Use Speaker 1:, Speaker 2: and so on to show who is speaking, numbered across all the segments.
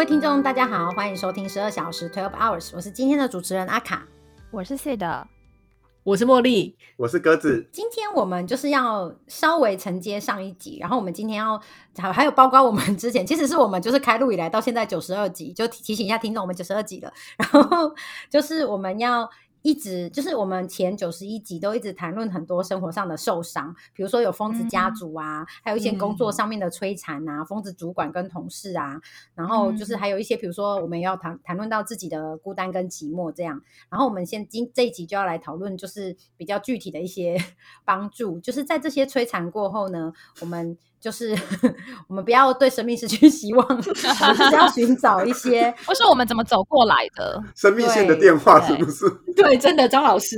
Speaker 1: 位听众大家好，欢迎收听12小时 12 hours， 我是今天的主持人阿卡，
Speaker 2: 我是 Sid，
Speaker 3: 我是茉莉，
Speaker 4: 我是鸽子。
Speaker 1: 今天我们就是要稍微承接上一集，然后我们今天要还有包括我们之前其实是我们就是开录以来到现在92集，就提醒一下听众我们92集了，然后就是我们要一直就是我们前91集都一直谈论很多生活上的受伤，比如说有疯子家族啊，还有一些工作上面的摧残啊，疯子主管跟同事啊，然后就是还有一些比如说我们要谈论到自己的孤单跟寂寞这样，然后我们这一集就要来讨论就是比较具体的一些帮助，就是在这些摧残过后呢，我们就是我们不要对生命失去希望，我们就是要寻找一些
Speaker 2: 或是我们怎么走过来的
Speaker 4: 生命线的电话是不是？
Speaker 3: 对，真的张老师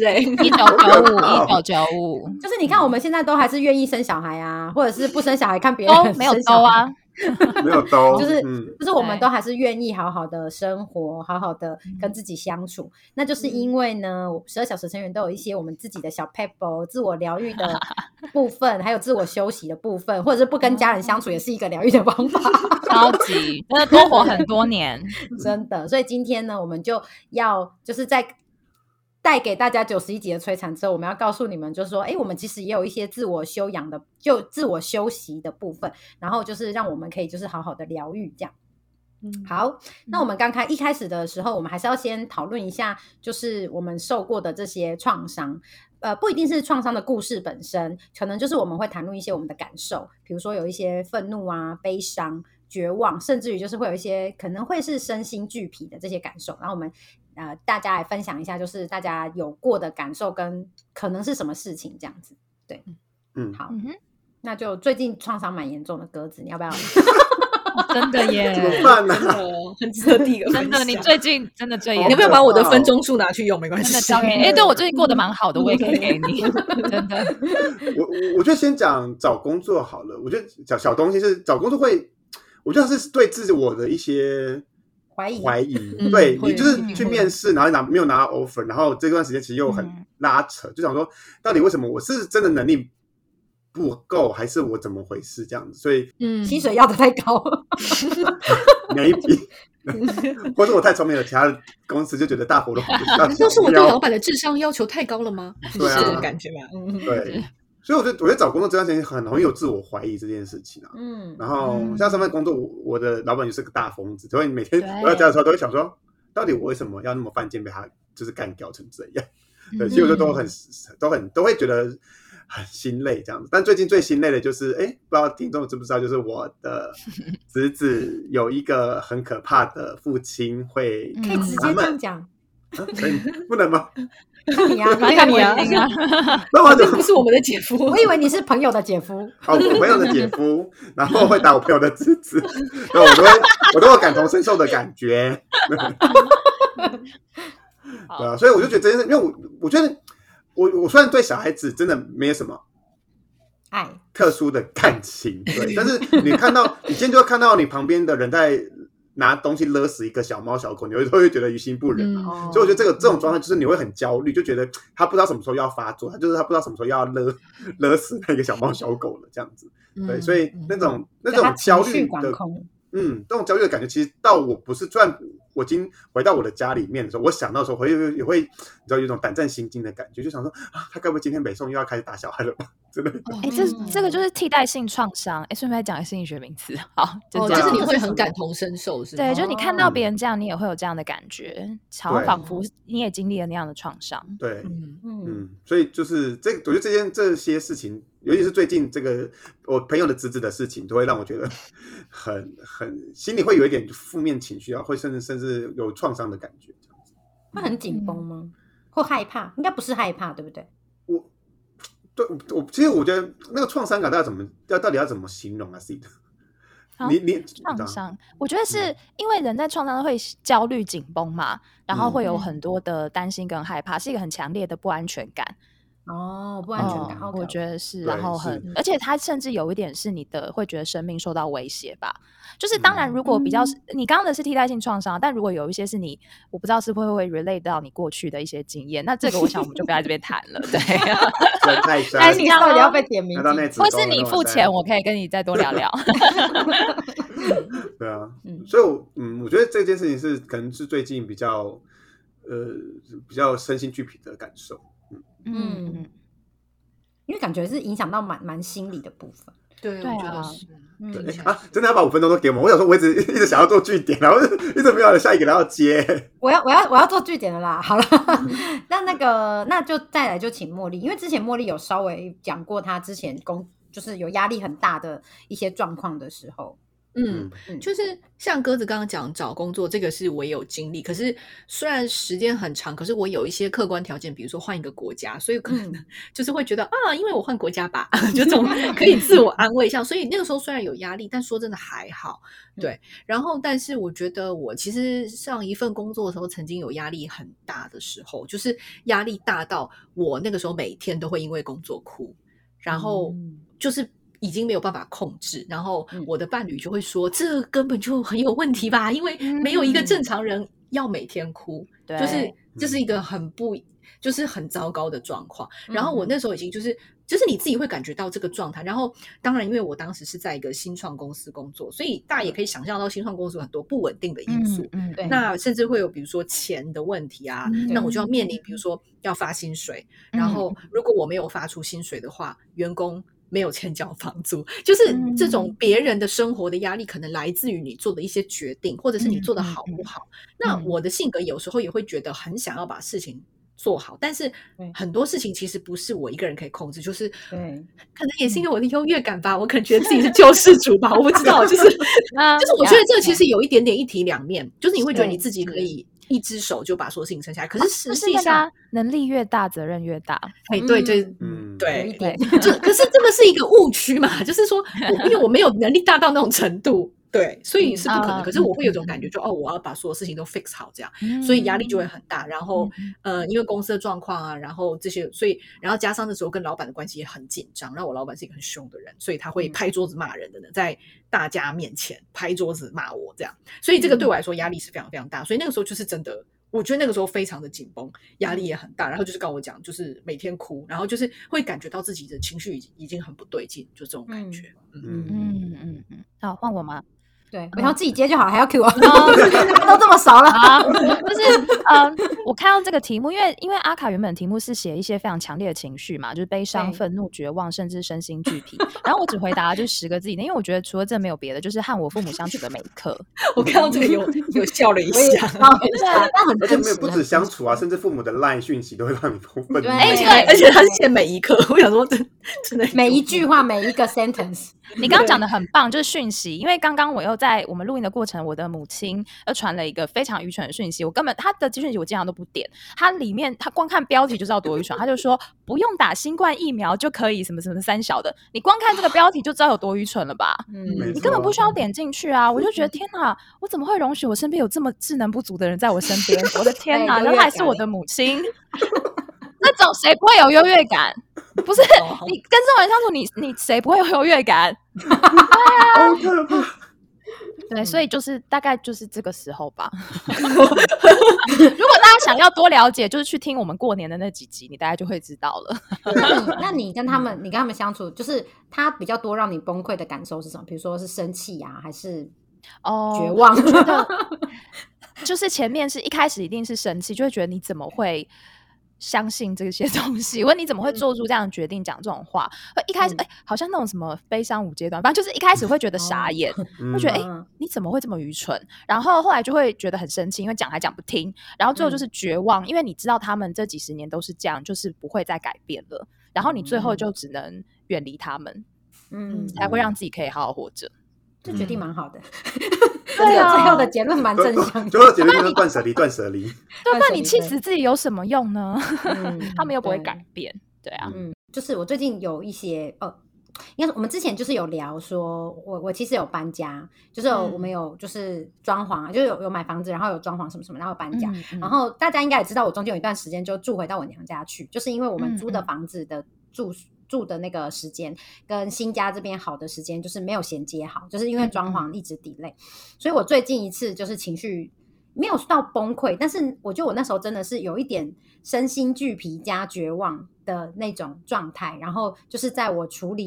Speaker 2: 1995
Speaker 1: 就是你看我们现在都还是愿意生小孩啊，或者是不生小孩看别人
Speaker 2: 都没有兜啊，
Speaker 4: 没有兜，
Speaker 1: 就是我们都还是愿意好好的生活，好好的跟自己相处，那就是因为呢12小时成员都有一些我们自己的小 pebble 自我疗愈的部分还有自我休息的部分，或者是不跟家人相处也是一个疗愈的方法，
Speaker 2: 超级真的多活很多年
Speaker 1: 真的，所以今天呢我们就要就是在带给大家91集的摧残之后，我们要告诉你们就是说我们其实也有一些自我修养的就自我休息的部分，然后就是让我们可以就是好好的疗愈这样。好，那我们一开始的时候我们还是要先讨论一下就是我们受过的这些创伤，不一定是创伤的故事本身，可能就是我们会谈论一些我们的感受，比如说有一些愤怒啊、悲伤、绝望，甚至于就是会有一些可能会是身心俱疲的这些感受，然后我们大家来分享一下就是大家有过的感受跟可能是什么事情这样子。对，好，那就最近创伤蛮严重的鸽子，你要不要
Speaker 2: 真的耶，
Speaker 4: 怎么办呢？
Speaker 3: 很值得第一个分享。
Speaker 2: 真的，你最近真的最严重，
Speaker 3: 你要不要把我的分钟数拿去用？没关系，
Speaker 2: 真的对我最近过得蛮好的，我也可以给你。真的，
Speaker 4: 我觉得先讲找工作好了。我觉得小东西是找工作会，我觉得是对自我的一些怀疑。对，你就是去面试，然后没有拿到 offer， 然后这段时间其实又很拉扯，就想说到底为什么我是真的能力不够，还是我怎么回事这样子？所以
Speaker 1: 薪水要的太高
Speaker 4: maybe 或者我太聪明了，其他公司就觉得大活动
Speaker 3: 难道是我对老板的智商要求太高了吗？
Speaker 4: 对啊，
Speaker 3: 是这种感觉吗？
Speaker 4: 对，所以我觉得找工作这段时间很容易有自我怀疑这件事情啊。然后像上份工作，我的老板就是个大疯子，所以每天我要加的时候都会想说，到底我为什么要那么犯贱被他就是干掉成这样？对，其实我就都会觉得很心累这样子。但最近最心累的就是不知道听众知不知道，就是我的侄子有一个很可怕的父亲会
Speaker 1: 可以直接这样讲
Speaker 4: 可以不能吗？
Speaker 1: 看你啊，
Speaker 3: 看你啊，这不是我们的姐夫，
Speaker 1: 我以为你是朋友的姐夫。
Speaker 4: 我朋友的姐夫，然后会打我朋友的侄子，然后我都有感同身受的感觉。对啊，所以我就觉得这件事，因为我觉得我虽然对小孩子真的没有什么
Speaker 1: 爱
Speaker 4: 特殊的感情，对，但是你今天就会看到你旁边的人在拿东西勒死一个小猫小狗，你会觉得于心不忍所以我觉得这种状态就是你会很焦虑，就觉得他不知道什么时候要发作，他不知道什么时候要勒死那个小猫小狗了这样子。对，所以那种焦虑的这种焦虑的感觉，其实到我不是，虽然我已经回到我的家里面的时候，我想到的时候也会你知道有一种胆战心惊的感觉，就想说他该不会今天北宋又要开始打小孩了吧？真的
Speaker 2: 这个就是替代性创伤。顺便讲一个心理学名词，好，
Speaker 3: 就是你会很感同身受，是吗？
Speaker 2: 对，就是你看到别人这样，你也会有这样的感觉，好像仿佛你也经历了那样的创伤。
Speaker 4: 对，所以就是我觉得这些事情，尤其是最近这个我朋友的侄子的事情，都会让我觉得很心里会有一点负面情绪啊，会甚至有创伤的感觉。
Speaker 1: 会很紧绷吗？或害怕？应该不是害怕，对不对？
Speaker 4: 其实我觉得那个创伤感到底要怎么形容啊 ？C 的，你
Speaker 2: 创伤，我觉得是因为人在创伤会焦虑紧绷嘛，然后会有很多的担心跟害怕，是一个很强烈的不安全感。
Speaker 1: 不安全感，
Speaker 2: 我觉得是，然后而且它甚至有一点是你的会觉得生命受到威胁吧。就是当然，如果比较你刚刚的是替代性创伤，但如果有一些是我不知道是会 relate 到你过去的一些经验，那这个我想我们就不要在这边谈了。对，
Speaker 1: 但你到底要被点名，
Speaker 2: 或是你付钱，我可以跟你再多聊聊。
Speaker 4: 对啊，所以我觉得这件事情是可能是最近比较身心俱疲的感受。
Speaker 1: 因为感觉是影响到蛮心理的部分。
Speaker 3: 对，我觉得是。
Speaker 4: 对啊，真的要把5分钟都给我们？我想说，我一直想要做句点，然后一直没有下一个人要接。
Speaker 1: 我要做句点了啦。好了，那就再来就请茉莉，因为之前茉莉有稍微讲过，她之前就是有压力很大的一些状况的时候。
Speaker 3: 就是像鸽子刚刚讲找工作，这个是我也有经历，可是虽然时间很长，可是我有一些客观条件，比如说换一个国家，所以可能就是会觉得因为我换国家吧，就这种可以自我安慰一下。所以那个时候虽然有压力，但说真的还好。对，然后但是我觉得我其实上一份工作的时候，曾经有压力很大的时候，就是压力大到我那个时候每天都会因为工作哭，然后就是已经没有办法控制，然后我的伴侣就会说这根本就很有问题吧，因为没有一个正常人要每天哭，就是这是一个就是很糟糕的状况。然后我那时候已经就是你自己会感觉到这个状态。然后当然因为我当时是在一个新创公司工作，所以大家也可以想象到新创公司有很多不稳定的因素，那甚至会有比如说钱的问题啊，那我就要面临比如说要发薪水，然后如果我没有发出薪水的话，员工没有钱缴房租，就是这种别人的生活的压力可能来自于你做的一些决定，或者是你做的好不好。那我的性格有时候也会觉得很想要把事情做好，但是很多事情其实不是我一个人可以控制，就是可能也是因为我的优越感吧，我可能觉得自己是救世主吧，我不知道，就是我觉得这其实有一点点一体两面，就是你会觉得你自己可以一只手就把所有事情撑下来，可是实际上
Speaker 2: 能力越大责任越大。
Speaker 3: 对，可是这个是一个误区嘛，就是说因为我没有能力大到那种程度，对，所以是不可能。可是我会有种感觉，就我要把所有事情都 fix 好，这样，所以压力就会很大。然后因为公司的状况啊，然后这些，所以然后加上那时候跟老板的关系也很紧张。然后我老板是一个很凶的人，所以他会拍桌子骂人的呢，在大家面前拍桌子骂我这样。所以这个对我来说压力是非常非常大。所以那个时候就是真的，我觉得那个时候非常的紧绷，压力也很大。然后就是跟我讲，就是每天哭，然后就是会感觉到自己的情绪已经很不对劲，就这种感觉。
Speaker 2: 好，换我吗？
Speaker 1: 对，我想自己接就好，还要 Q 我，大家都这么熟了
Speaker 2: 啊。就是我看到这个题目，因为阿卡原本的题目是写一些非常强烈的情绪嘛，就是悲伤、愤怒、绝望，甚至身心俱疲。然后我只回答就是10个字以内，因为我觉得除了这没有别的，就是和我父母相处的每一刻。
Speaker 3: 我看到这个有笑了一下，
Speaker 4: 而且没有不止相处啊，甚至父母的 LINE 讯息都会让你愤怒。
Speaker 3: 而且他是写每一刻，我想说真的
Speaker 1: 每一句话每一个 sentence。
Speaker 2: 你刚刚讲的很棒，就是讯息。因为刚刚我又在我们录音的过程，我的母亲又传了一个非常愚蠢的讯息，他的讯息我经常都不点，他光看标题就知道多愚蠢。他就说不用打新冠疫苗就可以什么什么三小的，你光看这个标题就知道有多愚蠢了吧？你根本不需要点进去啊！我就觉得天哪，我怎么会容许我身边有这么智能不足的人在我身边？我的天哪，然后还是我的母亲。那种谁不会有优越感？不是你跟这种人相处，你谁不会有优越感？对啊，对，所以就是大概就是这个时候吧。如果大家想要多了解，就是去听我们过年的那几集，你大概就会知道了。
Speaker 1: 那你跟他们相处，就是他比较多让你崩溃的感受是什么？比如说是生气啊，还是绝望？
Speaker 2: 我觉得就是前面是一开始一定是生气，就会觉得你怎么会相信这些东西？问你怎么会做出这样的决定，讲这种话？一开始好像那种什么悲伤5阶段，反正就是一开始会觉得傻眼，会觉得你怎么会这么愚蠢？然后后来就会觉得很生气，因为讲还讲不听，然后最后就是绝望，因为你知道他们这几十年都是这样，就是不会再改变了，然后你最后就只能远离他们，才会让自己可以好好活着。
Speaker 1: 这决定蛮好的。对啊，最后的结论蛮正向的。
Speaker 4: 最后的结论就是断舍离，断舍离。
Speaker 2: 对，那你气死自己有什么用呢？他们又不会改变。对啊，
Speaker 1: 就是我最近有一些应该说我们之前就是有聊说，我其实有搬家，就是我们有就是装潢，就是有买房子，然后有装潢什么什么，然后搬家。然后大家应该也知道，我中间有一段时间就住回到我娘家去，就是因为我们租的房子的住的那个时间跟新家这边好的时间就是没有衔接好，就是因为装潢一直 delay，所以我最近一次就是情绪没有到崩溃，但是我觉得我那时候真的是有一点身心俱疲加绝望的那种状态，然后就是在我处理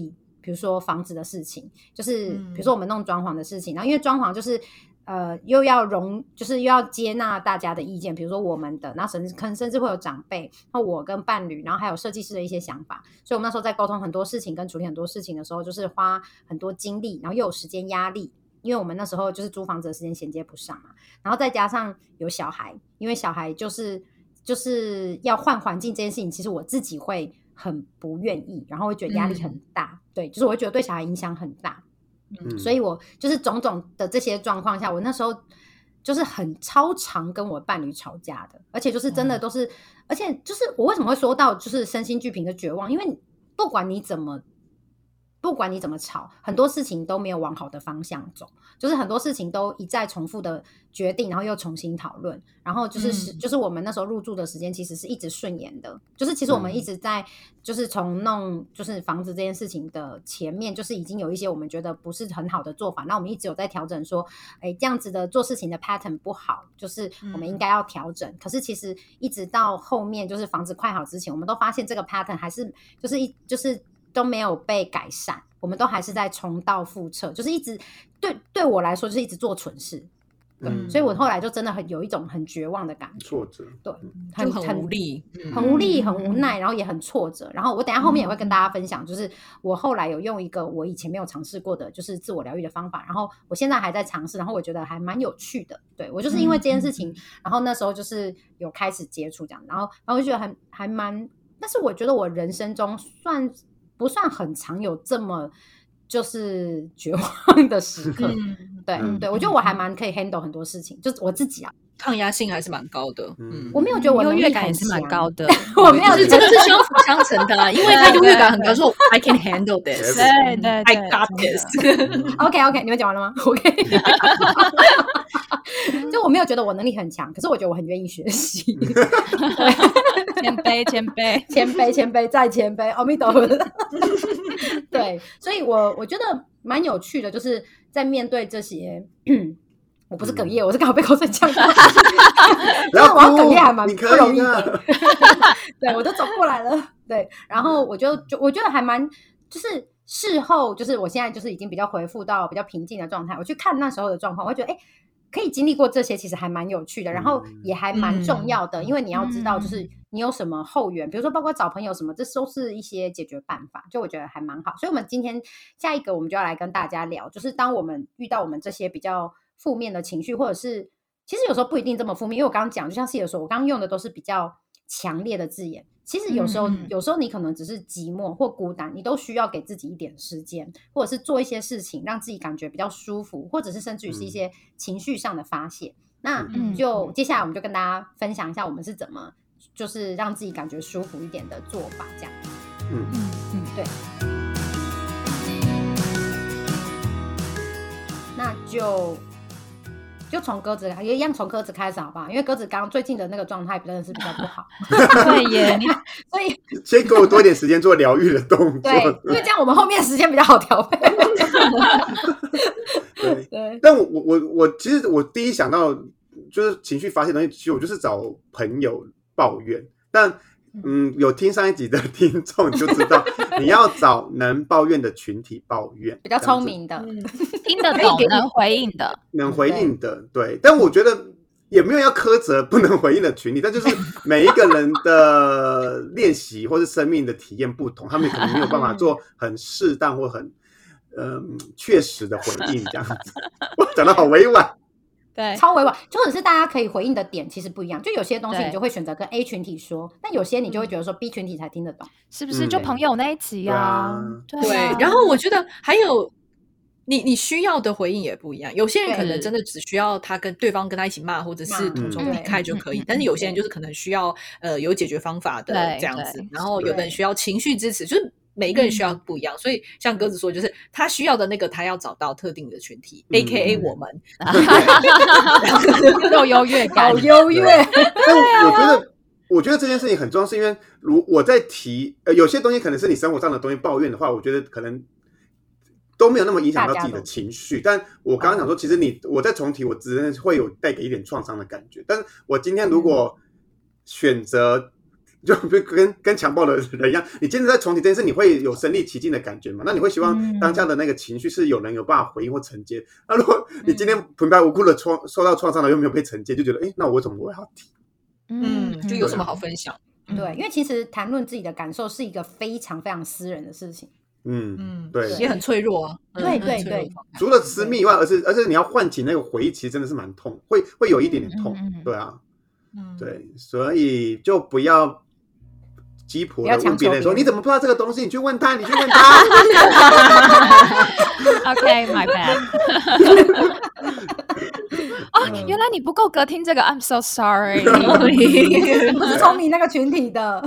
Speaker 1: 比如说房子的事情，就是比如说我们弄装潢的事情，然后因为装潢就是又要就是又要接纳大家的意见，比如说我们的，然后甚至会有长辈，然后我跟伴侣，然后还有设计师的一些想法，所以我们那时候在沟通很多事情跟处理很多事情的时候，就是花很多精力，然后又有时间压力，因为我们那时候就是租房子的时间衔接不上嘛，然后再加上有小孩，因为小孩就是要换环境这件事情，其实我自己会很不愿意，然后会觉得压力很大，对，就是我会觉得对小孩影响很大。所以我就是种种的这些状况下，我那时候就是很超常跟我伴侣吵架的，而且就是真的都是，而且就是我为什么会说到就是身心俱疲的绝望，因为不管你怎么吵，很多事情都没有往好的方向走，就是很多事情都一再重复的决定，然后又重新讨论，然后就是我们那时候入住的时间其实是一直顺延的，就是其实我们一直在就是从弄就是房子这件事情的前面，就是已经有一些我们觉得不是很好的做法，那我们一直有在调整说，这样子的做事情的 pattern 不好，就是我们应该要调整，可是其实一直到后面就是房子快好之前，我们都发现这个 pattern 还是就是都没有被改善，我们都还是在重蹈覆辙，就是一直对我来说就是一直做蠢事，对，所以我后来就真的有一种很绝望的感觉，
Speaker 4: 挫折，
Speaker 1: 对，
Speaker 3: 很无力，
Speaker 1: 很无力，很无奈，然后也很挫折。然后我等一下后面也会跟大家分享，就是我后来有用一个我以前没有尝试过的，就是自我疗愈的方法。然后我现在还在尝试，然后我觉得还蛮有趣的。对，我就是因为这件事情，然后那时候就是有开始接触这样，然后我就觉得还蛮，但是我觉得我人生中不算很常有这么就是绝望的时刻，对，我觉得我还蛮可以 handle 很多事情，就是我自己啊，
Speaker 3: 抗压性还是蛮高的，
Speaker 1: 我没有觉得我
Speaker 2: 优越感也是蛮高的，
Speaker 1: 我没有，
Speaker 3: 就是这是相辅相成的，因为他优越感很高，说 I can handle this，
Speaker 2: 对
Speaker 3: I got this，
Speaker 1: OK， 你们讲完了吗 ？OK， 就我没有觉得我能力很强，可是我觉得我很愿意学习。谦卑再谦卑，阿弥陀佛。对，所以我觉得蛮有趣的，就是在面对这些，我不是哽咽，我是刚好被口水呛到。然后我要哽咽还蛮不容易的。对，我都走过来了。对，然后我觉得还蛮，就是事后，就是我现在就是已经比较恢复到比较平静的状态，我去看那时候的状况，我会觉得可以经历过这些，其实还蛮有趣的，然后也还蛮重要的，因为你要知道，就是你有什么后援，比如说包括找朋友什么，这都是一些解决办法，就我觉得还蛮好。所以我们今天下一个我们就要来跟大家聊，就是当我们遇到我们这些比较负面的情绪，或者是其实有时候不一定这么负面，因为我刚刚讲，就像是有时候我刚刚用的都是比较强烈的字眼，其实有时候你可能只是寂寞或孤单，你都需要给自己一点时间，或者是做一些事情让自己感觉比较舒服，或者是甚至于是一些情绪上的发泄。那就接下来我们就跟大家分享一下我们是怎么就是让自己感觉舒服一点的做法，这样。对。那就从鸽子也一样，从鸽子开始好不好？因为鸽子刚最近的那个状态真的是比较不好。
Speaker 2: 对耶，
Speaker 1: 所以
Speaker 4: 先给我多一点时间做疗愈的动作。
Speaker 1: 对，因为这样我们后面时间比较好调配。
Speaker 4: 对，但我其实我第一想到就是情绪发泄的东西，其实我就是找朋友抱怨，但有听上一集的听众就知道，你要找能抱怨的群体抱怨，
Speaker 1: 比较聪明的，
Speaker 2: 听得懂、能回应
Speaker 4: 的，对。但我觉得也没有要苛责不能回应的群体，但就是每一个人的练习或是生命的体验不同，他们可能没有办法做很适当或很确实的回应，这样子。我讲得好委婉。
Speaker 2: 对，
Speaker 1: 超委婉，或者是大家可以回应的点其实不一样，就有些东西你就会选择跟 A 群体说，但有些你就会觉得说 B 群体才听得懂，
Speaker 2: 是不是？就朋友那一集啊，
Speaker 3: 对。然后我觉得还有你需要的回应也不一样，有些人可能真的只需要他跟对方跟他一起骂，或者是同仇敌忾就可以，但是有些人就是可能需要有解决方法的这样子，然后有的人需要情绪支持，就是每一个人需要不一样，所以像鸽子说，就是他需要的那个，他要找到特定的群体，AKA 我们，
Speaker 2: 有优越感，
Speaker 1: 好优越。
Speaker 4: 但我觉得这件事情很重要，是因为我在提有些东西可能是你生活上的东西抱怨的话，我觉得可能都没有那么影响到自己的情绪。但我刚刚讲说，其实我在重提，我只是会有带给一点创伤的感觉。但是我今天如果选择就跟强暴的人一样，你今天在重启这件事，你会有身临其境的感觉嘛？那你会希望当下的那个情绪是有人有办法回应或承接。那如果你今天平白无故的受到创伤了，又没有被承接，就觉得那我怎么会要提？
Speaker 3: 就有什么好分享？
Speaker 1: 对，因为其实谈论自己的感受是一个非常非常私人的事情。
Speaker 4: 对，
Speaker 3: 也很脆弱啊。
Speaker 1: 对，
Speaker 4: 除了私密以外，而且你要唤起那个回忆，其实真的是蛮痛，会有一点点痛。对啊，对，所以就不要鸡婆的问别人说你怎么不知道这个东西，你去问他。
Speaker 2: OK, my bad 原来你不够格听这个 I'm so sorry
Speaker 1: 我是从你那个群体的。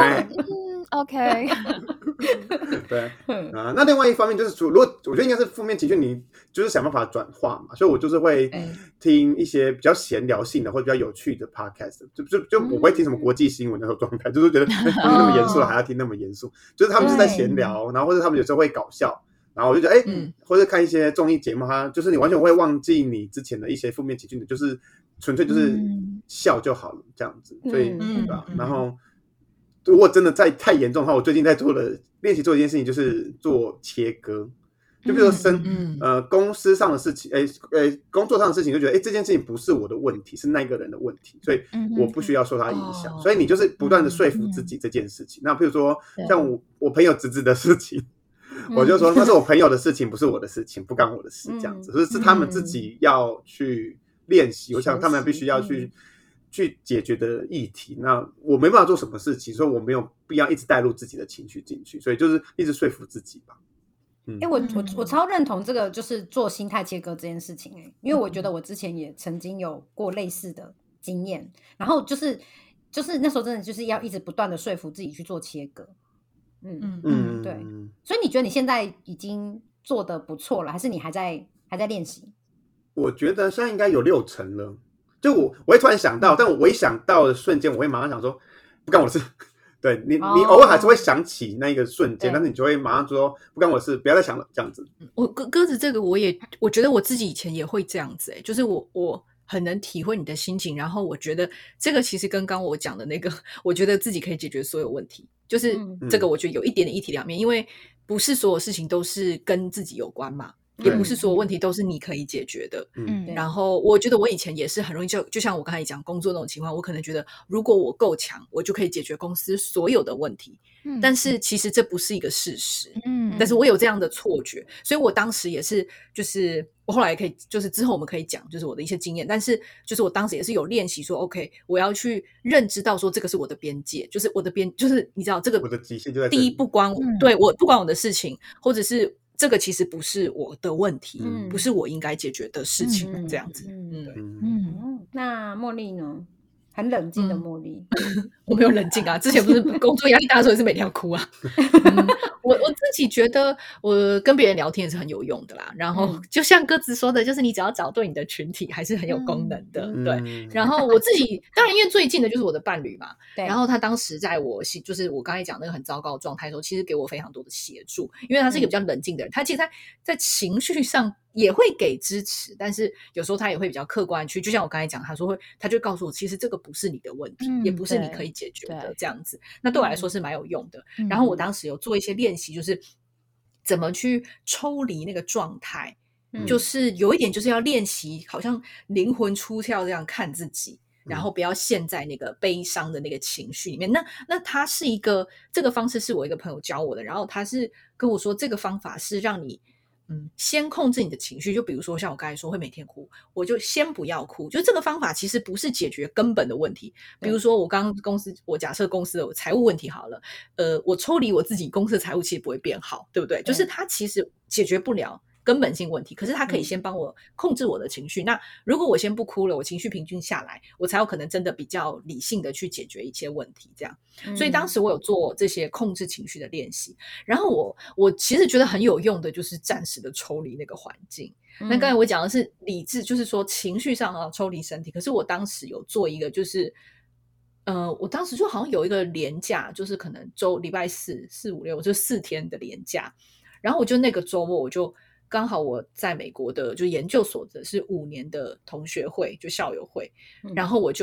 Speaker 2: OK
Speaker 4: 对那另外一方面就是如果我觉得应该是负面情绪，你就是想办法转化嘛，所以我就是会听一些比较闲聊性的或者比较有趣的 podcast， 就我不会听什么国际新闻那种状态，就是觉得那么严肃了还要听那么严肃，就是他们是在闲聊，然后或者他们有时候会搞笑，然后我就觉得或者看一些综艺节目，它就是你完全会忘记你之前的一些负面情绪，就是纯粹就是笑就好了这样子，所以对吧？然后如果真的太严重的话，我最近在练习做一件事情，就是做切割。就比如说公司上的事情，工作上的事情，就觉得这件事情不是我的问题，是那个人的问题，所以我不需要受他影响。所以你就是不断的说服自己这件事情。那比如说像我朋友侄子的事情，我就说那是我朋友的事情，不是我的事情，不干我的事，这样子，是他们自己要去练习。我想他们必须要去解决的议题，那我没办法做什么事情，所以我没有必要一直带入自己的情绪进去，所以就是一直说服自己吧。
Speaker 1: 我超认同这个，就是做心态切割这件事情因为我觉得我之前也曾经有过类似的经验，然后就是那时候真的就是要一直不断的说服自己去做切割。对，所以你觉得你现在已经做得不错了，还是你还在练习？
Speaker 4: 我觉得现在应该有60%了。就我会突然想到，但我一想到的瞬间，我会马上想说不干我的事。对你偶尔还是会想起那个瞬间，但是你就会马上说不干我的事，不要再想了，这样子。
Speaker 3: 我鸽子这个我觉得我自己以前也会这样子就是我很能体会你的心情，然后我觉得这个其实跟刚我讲的那个，我觉得自己可以解决所有问题，就是这个我觉得有一点点一体两面，因为不是所有事情都是跟自己有关嘛。也不是所有问题都是你可以解决的。然后我觉得我以前也是很容易就像我刚才讲工作那种情况，我可能觉得如果我够强，我就可以解决公司所有的问题。但是其实这不是一个事实。但是我有这样的错觉，所以我当时也是，就是我后来也可以，就是之后我们可以讲，就是我的一些经验。但是就是我当时也是有练习说 ，OK， 我要去认知到说这个是我的边界，就是我的就是你知道这个
Speaker 4: 我的极限就在
Speaker 3: 第一不关对我不关我的事情，或者是。这个其实不是我的问题，不是我应该解决的事情，这样子。
Speaker 1: 那茉莉呢？很冷静的茉莉，
Speaker 3: 我没有冷静啊，之前不是工作压力大的时候也是每天要哭啊。我自己觉得我跟别人聊天也是很有用的啦，然后就像鸽子说的，就是你只要找对你的群体还是很有功能的。对，然后我自己当然因为最近的就是我的伴侣嘛，然后他当时在我就是我刚才讲那个很糟糕的状态的时候，其实给我非常多的协助，因为他是一个比较冷静的人，他其实在情绪上也会给支持，但是有时候他也会比较客观去，就像我刚才讲，他就告诉我，其实这个不是你的问题，也不是你可以解决的这样子。那对我来说是蛮有用的。然后我当时有做一些练习，就是怎么去抽离那个状态，就是有一点就是要练习，好像灵魂出窍这样看自己。然后不要陷在那个悲伤的那个情绪里面。那他是这个方式是我一个朋友教我的，然后他是跟我说这个方法是让你先控制你的情绪，就比如说像我刚才说会每天哭，我就先不要哭。就这个方法其实不是解决根本的问题。比如说我假设公司有财务问题好了，我抽离我自己，公司的财务其实不会变好，对不对？就是它其实解决不了根本性问题，可是它可以先帮我控制我的情绪。那如果我先不哭了，我情绪平均下来，我才有可能真的比较理性的去解决一些问题这样。所以当时我有做这些控制情绪的练习，然后我其实觉得很有用的就是暂时的抽离那个环境。那刚才我讲的是理智，就是说情绪上要抽离身体，可是我当时有做一个就是我当时就好像有一个连假，就是可能礼拜4、5、6就4天的连假，然后我就那个周末我就刚好我在美国的就研究所的是5年的同学会，就校友会，然后我就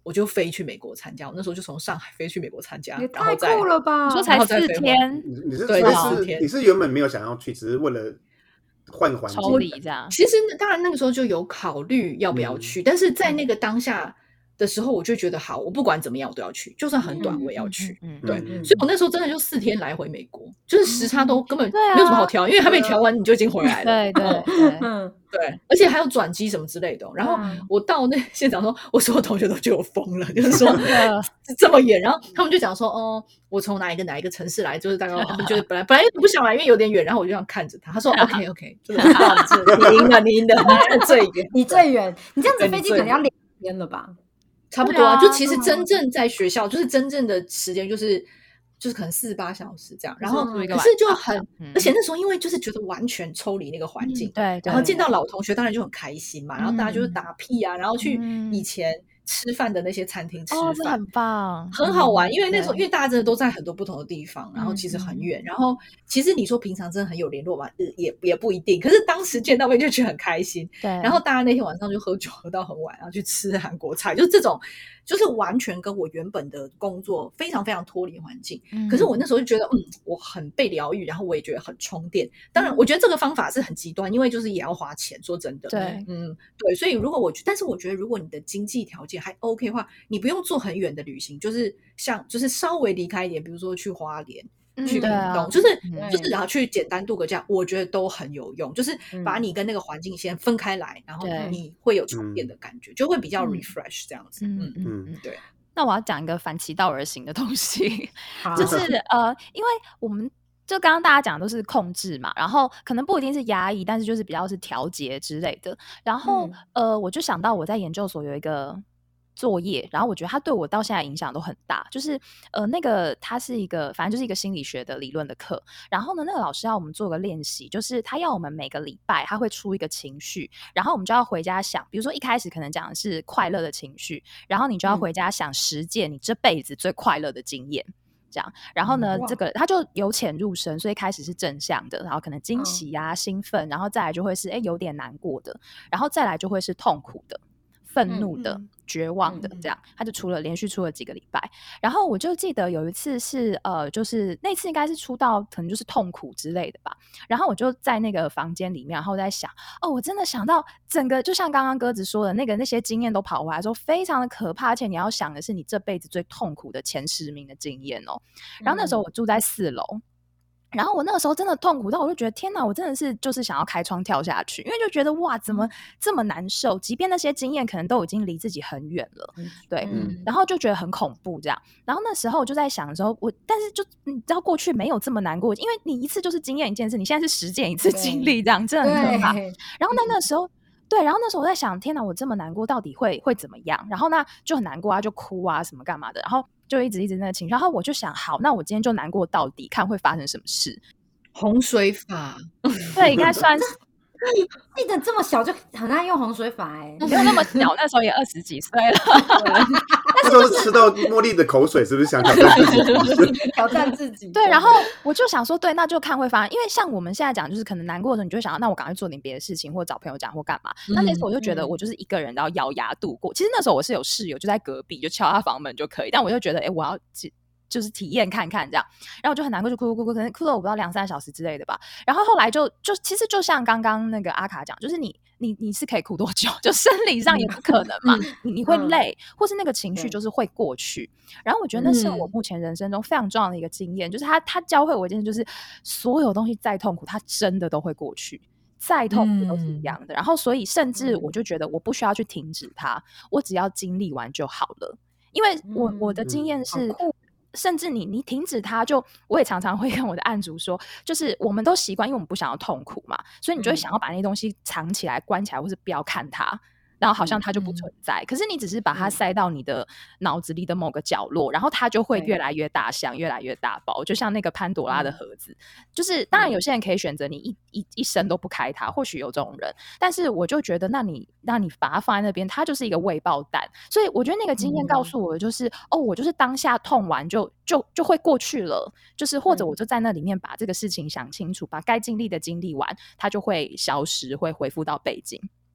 Speaker 3: 我就飞去美国参加。我那时候就从上海飞去美国参加，
Speaker 1: 也
Speaker 3: 然后再
Speaker 1: 太酷了吧！
Speaker 2: 你说才4天，
Speaker 4: 你是原本没有想要去，只是为了换个环境
Speaker 2: 抽离这样。
Speaker 3: 其实当然那个时候就有考虑要不要去，但是在那个当下的时候，我就觉得好，我不管怎么样我都要去，就算很短我也要去。对，所以我那时候真的就4天来回美国，就是时差都根本没有什么好调，因为还没调完你就已经回来了。对，而且还有转机什么之类的。然后我到那现场说，我所有同学都觉得我疯了，就是说这么远，然后他们就讲说，我从哪一个城市来，就是大概他们觉得本来不想来，因为有点远，然后我就这样看着他，他说 OK， 就是你赢了，你最远，
Speaker 1: 你最远，你这样子飞机可能要2天了吧？
Speaker 3: 差不多啊，就其实真正在学校，就是真正的时间就是可能48小时这样，然后可是就很，而且那时候因为就是觉得完全抽离那个环境，
Speaker 2: 对，
Speaker 3: 然后见到老同学当然就很开心嘛，然后大家就是打屁啊，然后去以前吃饭的那些餐厅吃饭，
Speaker 2: 这很棒，
Speaker 3: 很好玩。因为那时候因为大家真的都在很多不同的地方，然后其实很远，然后其实你说平常真的很有联络嘛，也不一定。可是当时见到面就觉得很开心，
Speaker 2: 对。
Speaker 3: 然后大家那天晚上就喝酒喝到很晚，然后去吃韩国菜，就这种就是完全跟我原本的工作非常非常脱离环境。可是我那时候就觉得我很被疗愈，然后我也觉得很充电。当然我觉得这个方法是很极端，因为就是也要花钱，说真的。
Speaker 2: 对，
Speaker 3: 对，所以但是我觉得如果你的经济条件还 OK 的话，你不用做很远的旅行，就是稍微离开一点，比如说去花莲去屏东，就是然后去简单度个假，我觉得都很有用。就是把你跟那个环境先分开来，然后你会有充电的感觉，就会比较 refresh 这样子。对。
Speaker 2: 那我要讲一个反其道而行的东西，就是因为我们就刚刚大家讲的都是控制嘛，然后可能不一定是压抑，但是就是比较是调节之类的。然后我就想到我在研究所有一个作业，然后我觉得它对我到现在影响都很大，就是那个它是一个反正就是一个心理学的理论的课，然后呢那个老师要我们做个练习，就是他要我们每个礼拜他会出一个情绪，然后我们就要回家想，比如说一开始可能讲的是快乐的情绪，然后你就要回家想10件你这辈子最快乐的经验这样，然后呢这个他就由浅入深，所以开始是正向的，然后可能惊喜啊兴奋，然后再来就会是有点难过的，然后再来就会是痛苦的愤怒的绝望的这样，他就连续出了几个礼拜。然后我就记得有一次是就是那次应该是出到可能就是痛苦之类的吧，然后我就在那个房间里面，然后在想我真的想到整个就像刚刚鸽子说的那些经验都跑回来的时候非常的可怕，而且你要想的是你这辈子最痛苦的前10名的经验然后那时候我住在4楼，然后我那个时候真的痛苦到我就觉得天哪，我真的是就是想要开窗跳下去，因为就觉得哇怎么这么难受，即便那些经验可能都已经离自己很远了，对，然后就觉得很恐怖这样。然后那时候我就在想的时候，但是就你知道过去没有这么难过，因为你一次就是经验一件事，你现在是实践一次经历这样，真的很可怕。然后那时候对，然后那时候我在想天哪我这么难过到底会怎么样，然后那就很难过啊，就哭啊什么干嘛的，然后就一直那个情绪，然后我就想好那我今天就难过到底，看会发生什么事。
Speaker 3: 洪水法
Speaker 2: 对应该算是
Speaker 1: 记得这么小就很爱用洪水法
Speaker 2: 没有那么小，那时候也20几岁了
Speaker 4: 那时候是吃到茉莉的口水，是不是想挑战自己？
Speaker 1: 挑战自己。
Speaker 2: 对，然后我就想说，对，那就看会发生。因为像我们现在讲，就是可能难过的时候，你就会想，那我赶快做点别的事情，或者找朋友讲，或干嘛。那次我就觉得我就是一个人，然后咬牙度过。其实那时候我是有室友就在隔壁，就敲他房门就可以。但我就觉得，我要就是体验看看这样，然后我就很难过，就哭，可能哭了我不知道2-3小时之类的吧。然后后来就其实就像刚刚那个阿卡讲，就是你是可以哭多久，就生理上也不可能嘛，你会累，或是那个情绪就是会过去。然后我觉得那是我目前人生中非常重要的一个经验，就是他教会我一件事，就是所有东西再痛苦，它真的都会过去。再痛苦都是一样的，然后所以甚至我就觉得我不需要去停止它，我只要经历完就好了。因为我的经验是甚至你停止它，就我也常常会跟我的案主说，就是我们都习惯，因为我们不想要痛苦嘛，所以你就会想要把那些东西藏起来关起来，或是不要看它，然后好像它就不存在。可是你只是把它塞到你的脑子里的某个角落，然后它就会越来越大象，越来越大包，就像那个潘朵拉的盒子。就是当然有些人可以选择你一生都不开它，或许有这种人，但是我就觉得那你把它放在那边，它就是一个未爆弹。所以我觉得那个经验告诉我的就是我就是当下痛完就会过去了，就是或者我就在那里面把这个事情想清楚，把该经历的经历完，它就会消失，会恢复到背景。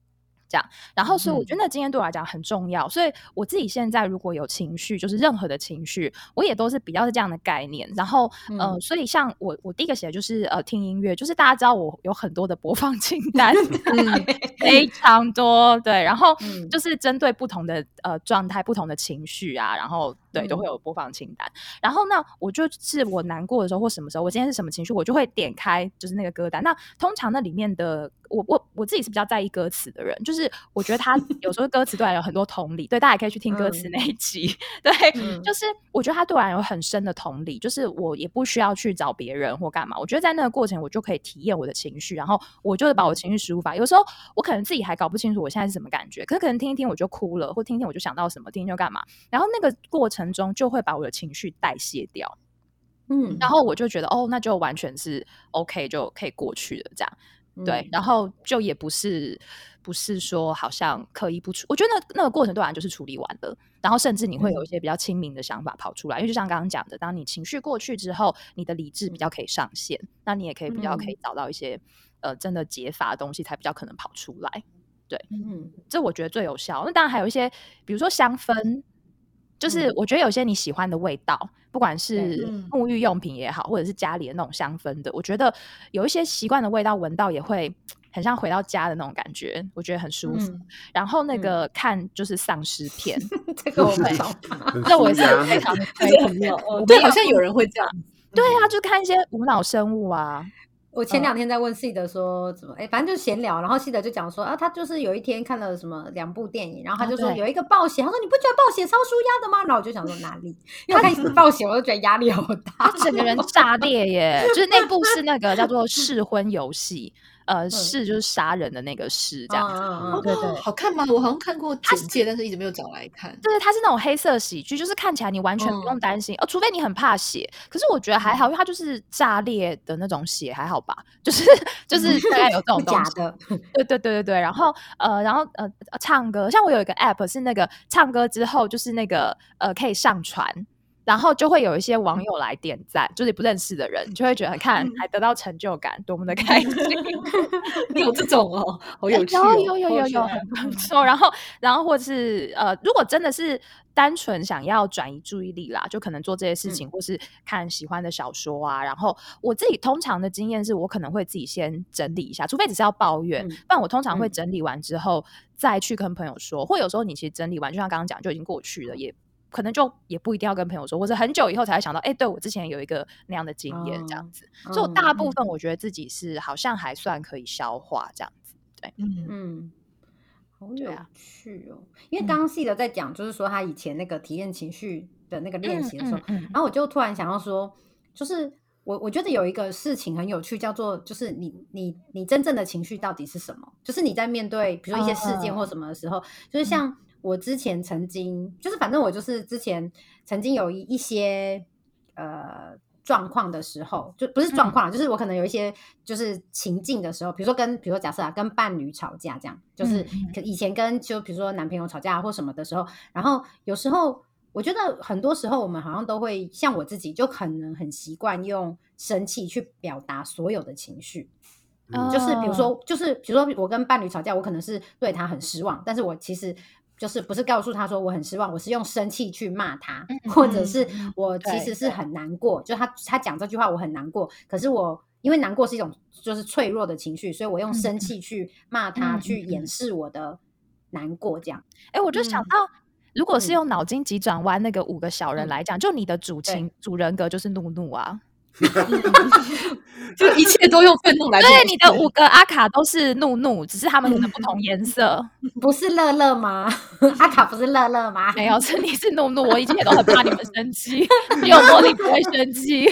Speaker 2: 这样。然后所以我觉得那经验对我来讲很重要，所以我自己现在如果有情绪，就是任何的情绪，我也都是比较是这样的概念。然后所以像我第一个写的就是听音乐，就是大家知道我有很多的播放清单非常多，对，然后就是针对不同的状态、不同的情绪啊，然后对都会有播放清单。然后那我就是我难过的时候或什么时候，我今天是什么情绪，我就会点开就是那个歌单。那通常那里面的我自己是比较在意歌词的人，就是我觉得他有时候歌词对我有很多同理，对，大家也可以去听歌词那一集，对，就是我觉得他对我有很深的同理，就是我也不需要去找别人或干嘛，我觉得在那个过程我就可以体验我的情绪，然后我就把我情绪抒发。有时候我可能自己还搞不清楚我现在是什么感觉，可是可能听一听我就哭了，或听一听我就想到什么，听一听就干嘛，然后那个过程中就会把我的情绪代谢掉。然后我就觉得那就完全是 OK， 就可以过去了这样。对，然后就也不是说好像刻意不处，我觉得那个过程对我来讲就是处理完了，然后甚至你会有一些比较亲民的想法跑出来，因为就像刚刚讲的，当你情绪过去之后，你的理智比较可以上线，那你也可以比较可以找到一些真的解法的东西，才比较可能跑出来。对，这我觉得最有效。那当然还有一些，比如说香氛。就是我觉得有些你喜欢的味道，不管是沐浴用品也好，或者是家里的那种香氛的，我觉得有一些习惯的味道闻到也会很像回到家的那种感觉，我觉得很舒服。然后那个看就是丧尸片，
Speaker 1: 这个我没有，
Speaker 2: 这我也是非常的推荐。
Speaker 3: 对，好像有人会这样。
Speaker 2: 对啊，就看一些无脑生物啊。
Speaker 1: 我前2天在问西德说怎么，反正就是闲聊，然后西德就讲说他就是有一天看了什么2部电影，然后他就说有一个暴血，他说你不觉得暴血超舒压的吗？然后我就想说哪里？因为我看暴血我就觉得压力好大，
Speaker 2: 他整个人炸裂耶！就是那部是那个叫做试婚游戏。是就是杀人的那个是这样子，对对，
Speaker 3: 好看吗？我好像看过简介，但是一直没有找来看。
Speaker 2: 对，它是那种黑色喜剧，就是看起来你完全不用担心除非你很怕血。可是我觉得还好，因为它就是炸裂的那种血，还好吧？就是大概有这种东西。
Speaker 1: 假的，
Speaker 2: 对。然后唱歌，像我有一个 app 是那个唱歌之后就是那个可以上传。然后就会有一些网友来点赞，就是不认识的人，就会觉得看还得到成就感，多么的开心。
Speaker 3: 有这种好有趣
Speaker 2: 有很不错。然后或者是如果真的是单纯想要转移注意力啦，就可能做这些事情，或是看喜欢的小说啊。然后我自己通常的经验是我可能会自己先整理一下，除非只是要抱怨，不然我通常会整理完之后再去跟朋友说，或有时候你其实整理完，就像刚刚讲就已经过去了，也可能就也不一定要跟朋友说，或者很久以后才会想到对我之前有一个那样的经验这样子。所以我大部分我觉得自己是好像还算可以消化这样子。对，
Speaker 1: 好有趣哦。因为刚刚细的在讲就是说他以前那个体验情绪的那个练习的时候，然后我就突然想到说，就是我觉得有一个事情很有趣，叫做就是你真正的情绪到底是什么，就是你在面对比如说一些事件或什么的时候，就是像我之前曾经就是反正我就是之前曾经有一些状况的时候，就不是状况就是我可能有一些就是情境的时候，比如说假设跟伴侣吵架这样，就是以前跟就比如说男朋友吵架或什么的时候，然后有时候我觉得很多时候我们好像都会像我自己就可能很习惯用生气去表达所有的情绪。就是比如说我跟伴侣吵架，我可能是对他很失望，但是我其实就是不是告诉他说我很失望，我是用生气去骂他，或者是我其实是很难过，就他讲这句话我很难过，可是我因为难过是一种就是脆弱的情绪，所以我用生气去骂他，去掩饰我的难过这样。
Speaker 2: 我就想到如果是用脑筋急转弯那个5个小人来讲，就你的主人格就是怒怒啊。
Speaker 3: 就一切都用愤怒来。
Speaker 2: 对，你的5个阿卡都是怒怒，只是他们可能不同颜色。
Speaker 1: 不是乐乐吗？阿卡不是乐乐吗？
Speaker 2: 没有，是你是怒怒。我以前也都很怕你们生气，只有茉莉不会生气。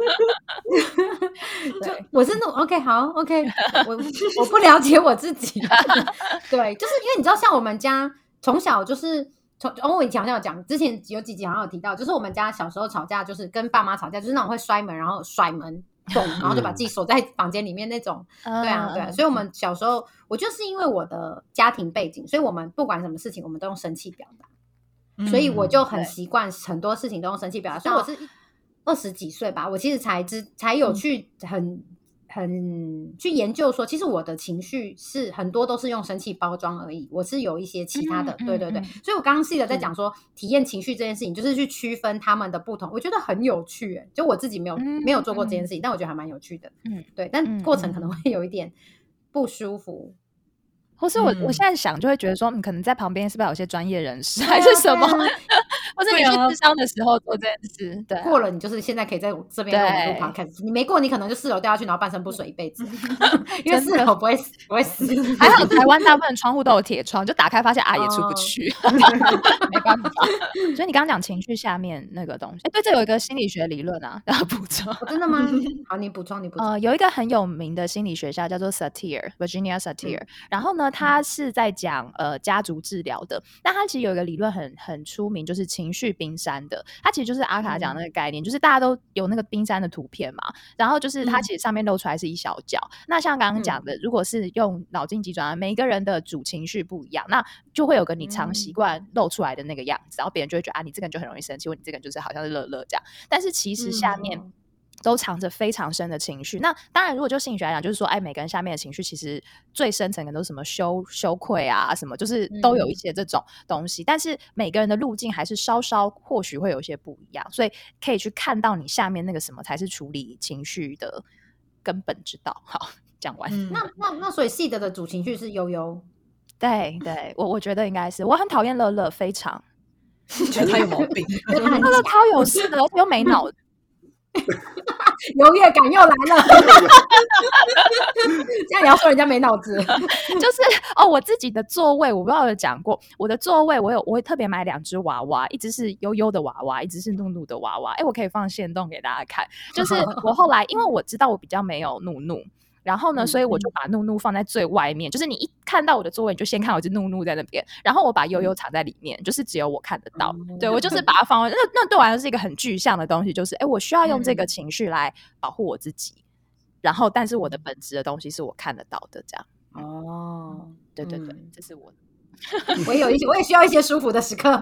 Speaker 1: 对，我是怒。OK， 好 ，OK， 我不了解我自己。对，就是因为你知道，像我们家从小就是我以前好像有讲，之前有几集好像有提到，就是我们家小时候吵架，就是跟爸妈吵架，就是那种会摔门，然后甩门咚，然后就把自己锁在房间里面那种。对啊，所以我们小时候，我就是因为我的家庭背景，所以我们不管什么事情，我们都用生气表达，所以我就很习惯很多事情都用生气表达。所以我是20几岁吧，我其实才有去去研究说，其实我的情绪是很多都是用生气包装而已，我是有一些其他的，对对对。所以我刚刚细的在讲说，体验情绪这件事情，就是去区分他们的不同，我觉得很有趣就我自己没有做过这件事情，但我觉得还蛮有趣的，对。但过程可能会有一点不舒服。
Speaker 2: 或是我现在想就会觉得说，可能在旁边是不是有些专业人士还是什么，或者你去諮商的时候做这件事，对，
Speaker 1: 过了你就是现在可以在这边跟我们录 podcast， 你没过你可能就4楼掉下去，然后半身不遂一辈子，因为4楼不会死。
Speaker 2: 还好台湾大部分窗户都有铁窗，就打开发现也出不去，没办法。所以你刚刚讲情绪下面那个东西，对，这有一个心理学理论啊，要补充。
Speaker 1: 真的吗？好，你补充。
Speaker 2: 有一个很有名的心理学家叫做 Virginia Satir，然后呢，他是在讲家族治疗的，但他其实有一个理论很出名，就是情绪冰山的。他其实就是阿卡讲那个概念，就是大家都有那个冰山的图片嘛，然后就是它其实上面露出来是一小角。那像刚刚讲的，如果是用脑筋急转弯，每一个人的主情绪不一样，那就会有个你常习惯露出来的那个样子，然后别人就会觉得你这个人就很容易生气，或你这个人就是好像是乐乐这样。但是其实下面都藏着非常深的情绪。那当然如果就心理学来讲，就是说每个人下面的情绪其实最深层的都是什么羞愧啊，什么就是都有一些这种东西，但是每个人的路径还是稍稍或许会有一些不一样，所以可以去看到你下面那个什么才是处理情绪的根本之道。好，讲完。
Speaker 1: 那所以细的主情绪是悠悠。
Speaker 2: 对，我觉得应该是。我很讨厌乐乐，非常
Speaker 3: 觉得他有毛病。
Speaker 2: 乐乐超有事的，而且又没脑子。
Speaker 1: 优越感又来了。这样你要说人家没脑子。
Speaker 2: 就是我自己的座位我不知道有讲过，我的座位我会特别买2只娃娃，一只是悠悠的娃娃，一只是怒怒的娃娃。我可以放限动给大家看。就是我后来因为我知道我比较没有怒怒，然后呢所以我就把怒怒放在最外面，就是你一看到我的座位你就先看我只怒怒在那边，然后我把悠悠藏在里面，就是只有我看得到。对，我就是把它放那对我来说是一个很具象的东西，就是我需要用这个情绪来保护我自己，然后但是我的本质的东西是我看得到的，这样。对，这是我
Speaker 1: 我也需要一些舒服的时刻。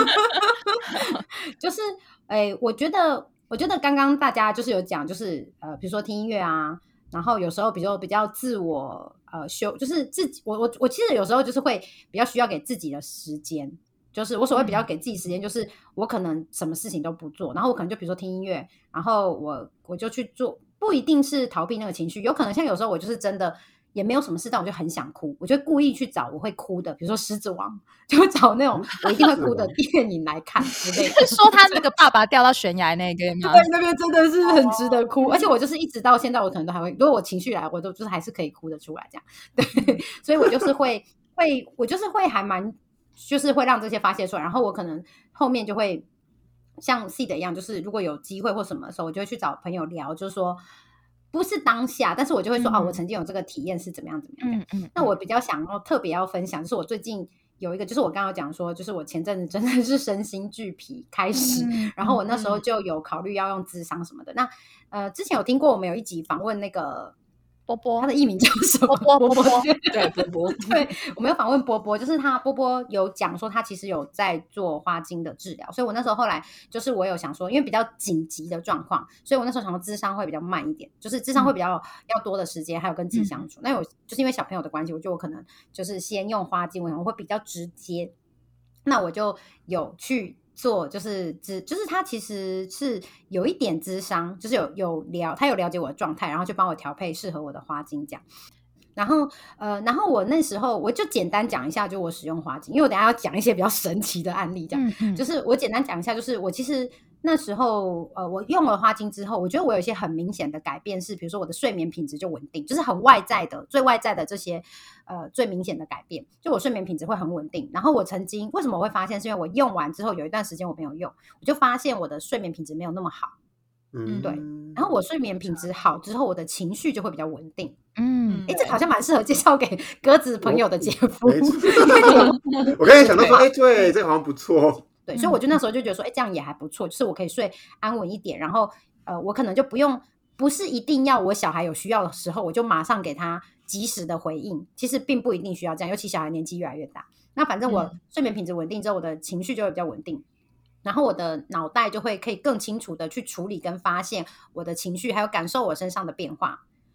Speaker 1: 就是我觉得刚刚大家就是有讲，就是比如说听音乐啊，然后有时候比较自我就是自己我其实有时候就是会比较需要给自己的时间，就是我所谓比较给自己时间，就是我可能什么事情都不做，然后我可能就比如说听音乐，然后我就去做，不一定是逃避那个情绪，有可能像有时候我就是真的也没有什么事，但我就很想哭，我就故意去找我会哭的，比如说狮子王，就会找那种我一定会哭的电影来看之类的。
Speaker 2: 说他那个爸爸掉到悬崖那个吗？
Speaker 1: 对，那边真的是很值得哭，而且我就是一直到现在我可能都还会，如果我情绪来我都就是还是可以哭得出来这样。对，所以我就是会还蛮就是会让这些发泄出来，然后我可能后面就会像 C 的一样，就是如果有机会或什么的时候，我就会去找朋友聊，就是说不是当下，但是我就会说我曾经有这个体验是怎么样。那我比较想要特别要分享，就是我最近有一个，就是我刚刚讲说，就是我前阵子真的是身心俱疲开始，然后我那时候就有考虑要用諮商什么的。那之前有听过我们有一集访问那个波波，他的艺名叫什么？波波，
Speaker 3: 对，波波。
Speaker 1: 对，我们有访问波波，就是波波有讲说他其实有在做花精的治疗，所以我那时候后来就是我有想说，因为比较紧急的状况，所以我那时候想说諮商会比较慢一点，就是諮商会比较要多的时间，还有跟自己相处。那我就是因为小朋友的关系，我觉得我可能就是先用花精，我会比较直接。那我就有去做，就是他其实是有一点諮商，就是他有了解我的状态，然后就帮我调配适合我的花精这样。然后我那时候我就简单讲一下，就我使用花精，因为我等一下要讲一些比较神奇的案例这样。就是我简单讲一下，就是我其实那时候我用了花精之后，我觉得我有一些很明显的改变是，比如说我的睡眠品质就稳定，就是很外在的最外在的这些最明显的改变，就我睡眠品质会很稳定。然后我曾经为什么我会发现，是因为我用完之后有一段时间我没有用，我就发现我的睡眠品质没有那么好。对，然后我睡眠品质好之后，我的情绪就会比较稳定。这好像蛮适合介绍给鸽子朋友的姐夫。
Speaker 4: 我刚才想到说，对，这个好像不错。
Speaker 1: 对，所以我就那时候就觉得说，这样也还不错，就是我可以睡安稳一点，然后我可能就不是一定要我小孩有需要的时候，我就马上给他及时的回应，其实并不一定需要这样，尤其小孩年纪越来越大。那反正我睡眠品质稳定之后，我的情绪就会比较稳定。然后我的脑袋就会可以更清楚的去处理跟发现我的情绪，还有感受我身上的变化。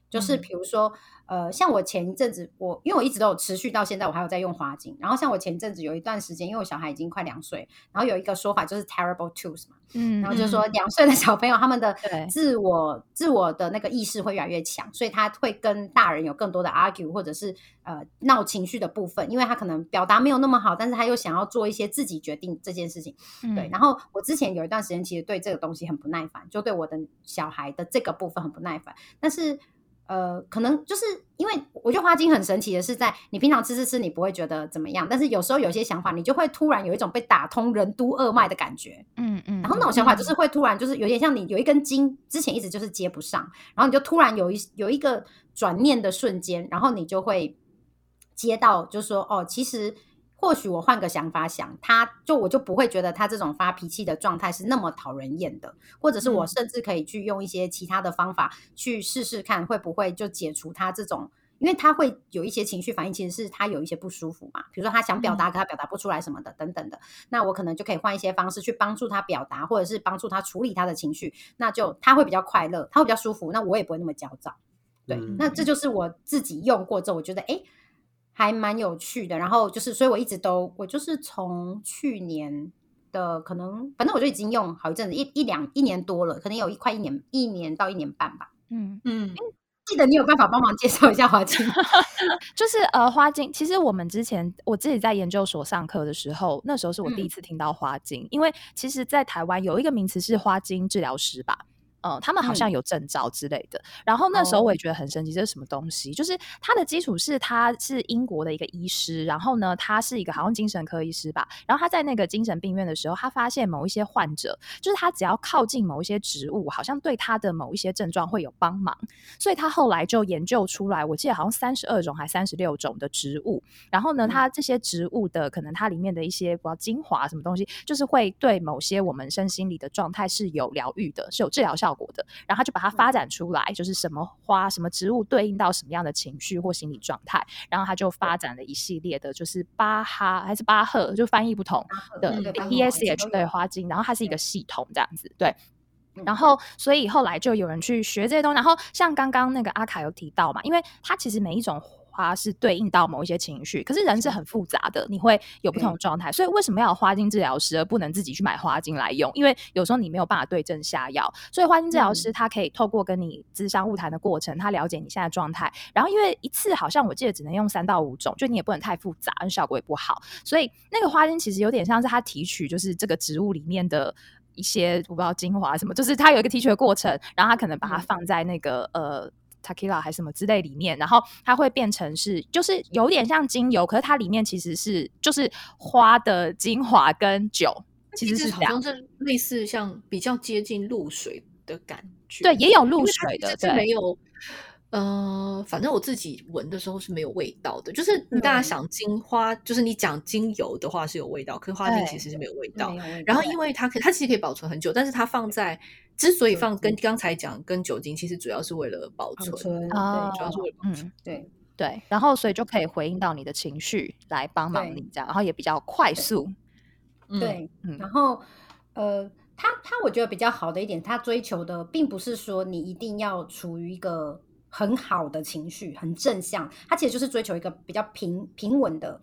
Speaker 1: 就是比如说像我前一阵子因为我一直都有持续到现在我还有在用花精，然后像我前一阵子有一段时间因为我小孩已经快2岁，然后有一个说法就是 terrible twos 嘛，然后就说2岁的小朋友他们的自我的那个意识会越来越强，所以他会跟大人有更多的 argue 或者是闹情绪的部分，因为他可能表达没有那么好，但是他又想要做一些自己决定这件事情，对。然后我之前有一段时间其实对这个东西很不耐烦，就对我的小孩的这个部分很不耐烦，但是可能就是因为我觉得花精很神奇的是在你平常吃你不会觉得怎么样，但是有时候有些想法你就会突然有一种被打通任督二脉的感觉，然后那种想法就是会突然就是有点像你有一根筋之前一直就是接不上，然后你就突然有一个转念的瞬间，然后你就会接到就是说其实或许我换个想法想我就不会觉得他这种发脾气的状态是那么讨人厌的，或者是我甚至可以去用一些其他的方法去试试看会不会就解除他这种，因为他会有一些情绪反应其实是他有一些不舒服嘛，比如说他想表达可他表达不出来什么的等等的，那我可能就可以换一些方式去帮助他表达，或者是帮助他处理他的情绪，那就他会比较快乐，他会比较舒服，那我也不会那么焦躁，对。那这就是我自己用过之后我觉得还蛮有趣的，然后就是所以我就是从去年的可能反正我就已经用好一阵子一年多了，可能有快一年到1年半吧。记得你有办法帮忙介绍一下花精
Speaker 2: 就是花精其实我自己在研究所上课的时候，那时候是我第一次听到花精，因为其实在台湾有一个名词是花精治疗师吧，他们好像有证照之类的，然后那时候我也觉得很神奇，这是什么东西？就是它的基础是他是英国的一个医师，然后呢他是一个好像精神科医师吧，然后他在那个精神病院的时候，他发现某一些患者就是他只要靠近某一些植物好像对他的某一些症状会有帮忙，所以他后来就研究出来我记得好像32种还36种的植物，然后呢他这些植物的可能它里面的一些不知道精华什么东西，就是会对某些我们身心理的状态是有疗愈的，是有治疗效果的，然后他就把它发展出来，就是什么花什么植物对应到什么样的情绪或心理状态，然后他就发展了一系列的就是巴赫就翻译不同的 ESH 对花精，然后它是一个系统这样子，对。然后所以后来就有人去学这些东西，然后像刚刚那个阿卡有提到嘛，因为它其实每一种花是对应到某一些情绪，可是人是很复杂的，你会有不同的状态，所以为什么要有花精治疗师而不能自己去买花精来用？因为有时候你没有办法对症下药，所以花精治疗师他可以透过跟你咨商晤谈的过程，他了解你现在的状态，然后因为一次好像我记得只能用3到5种，就你也不能太复杂，效果也不好，所以那个花精其实有点像是他提取就是这个植物里面的一些我不知道精华什么，就是它有一个提取的过程，然后他可能把它放在那个tequila 还是什么之类里面，然后它会变成是就是有点像精油，可是它里面其实是就是花的精华跟酒，其实是这样，
Speaker 3: 好像是类似像比较接近露水的感觉，
Speaker 2: 对，也有露水的，对，
Speaker 3: 没有反正我自己闻的时候是没有味道的，就是你大家想精花，就是你讲精油的话是有味道，可是花精其实是没有味道。然后因为它其实可以保存很久，但是它放在之所以放跟刚才讲跟酒精，其实主要是为了保存，对，主要是为了保存，
Speaker 2: 对，然后所以就可以回应到你的情绪来帮忙你这样，然后也比较快速，
Speaker 1: 对，然后他我觉得比较好的一点，他追求的并不是说你一定要处于一个很好的情绪很正向，他其实就是追求一个比较平稳的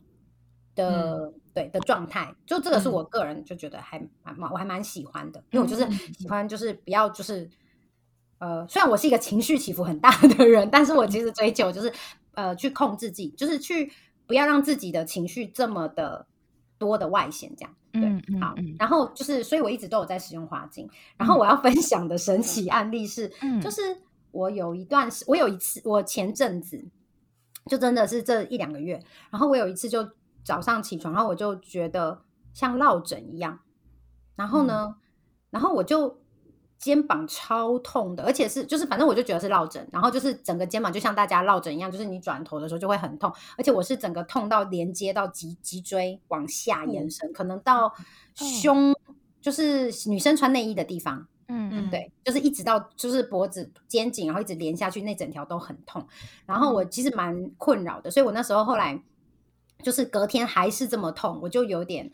Speaker 1: 状态，就这个是我个人就觉得我还蛮喜欢的，因为我就是喜欢就是不要就是虽然我是一个情绪起伏很大的人，但是我其实追求就是去控制自己，就是去不要让自己的情绪这么的多的外显这样。对，好，然后就是所以我一直都有在使用花精，然后我要分享的神奇案例是就是我有一次我前阵子就真的是这1-2个月，然后我有一次就早上起床，然后我就觉得像落枕一样，然后呢然后我就肩膀超痛的，而且是就是反正我就觉得是落枕，然后就是整个肩膀就像大家落枕一样，就是你转头的时候就会很痛，而且我是整个痛到连接到脊椎往下延伸，可能到胸，就是女生穿内衣的地方，对，就是一直到就是脖子肩颈，然后一直连下去，那整条都很痛，然后我其实蛮困扰的，所以我那时候后来就是隔天还是这么痛，我就有点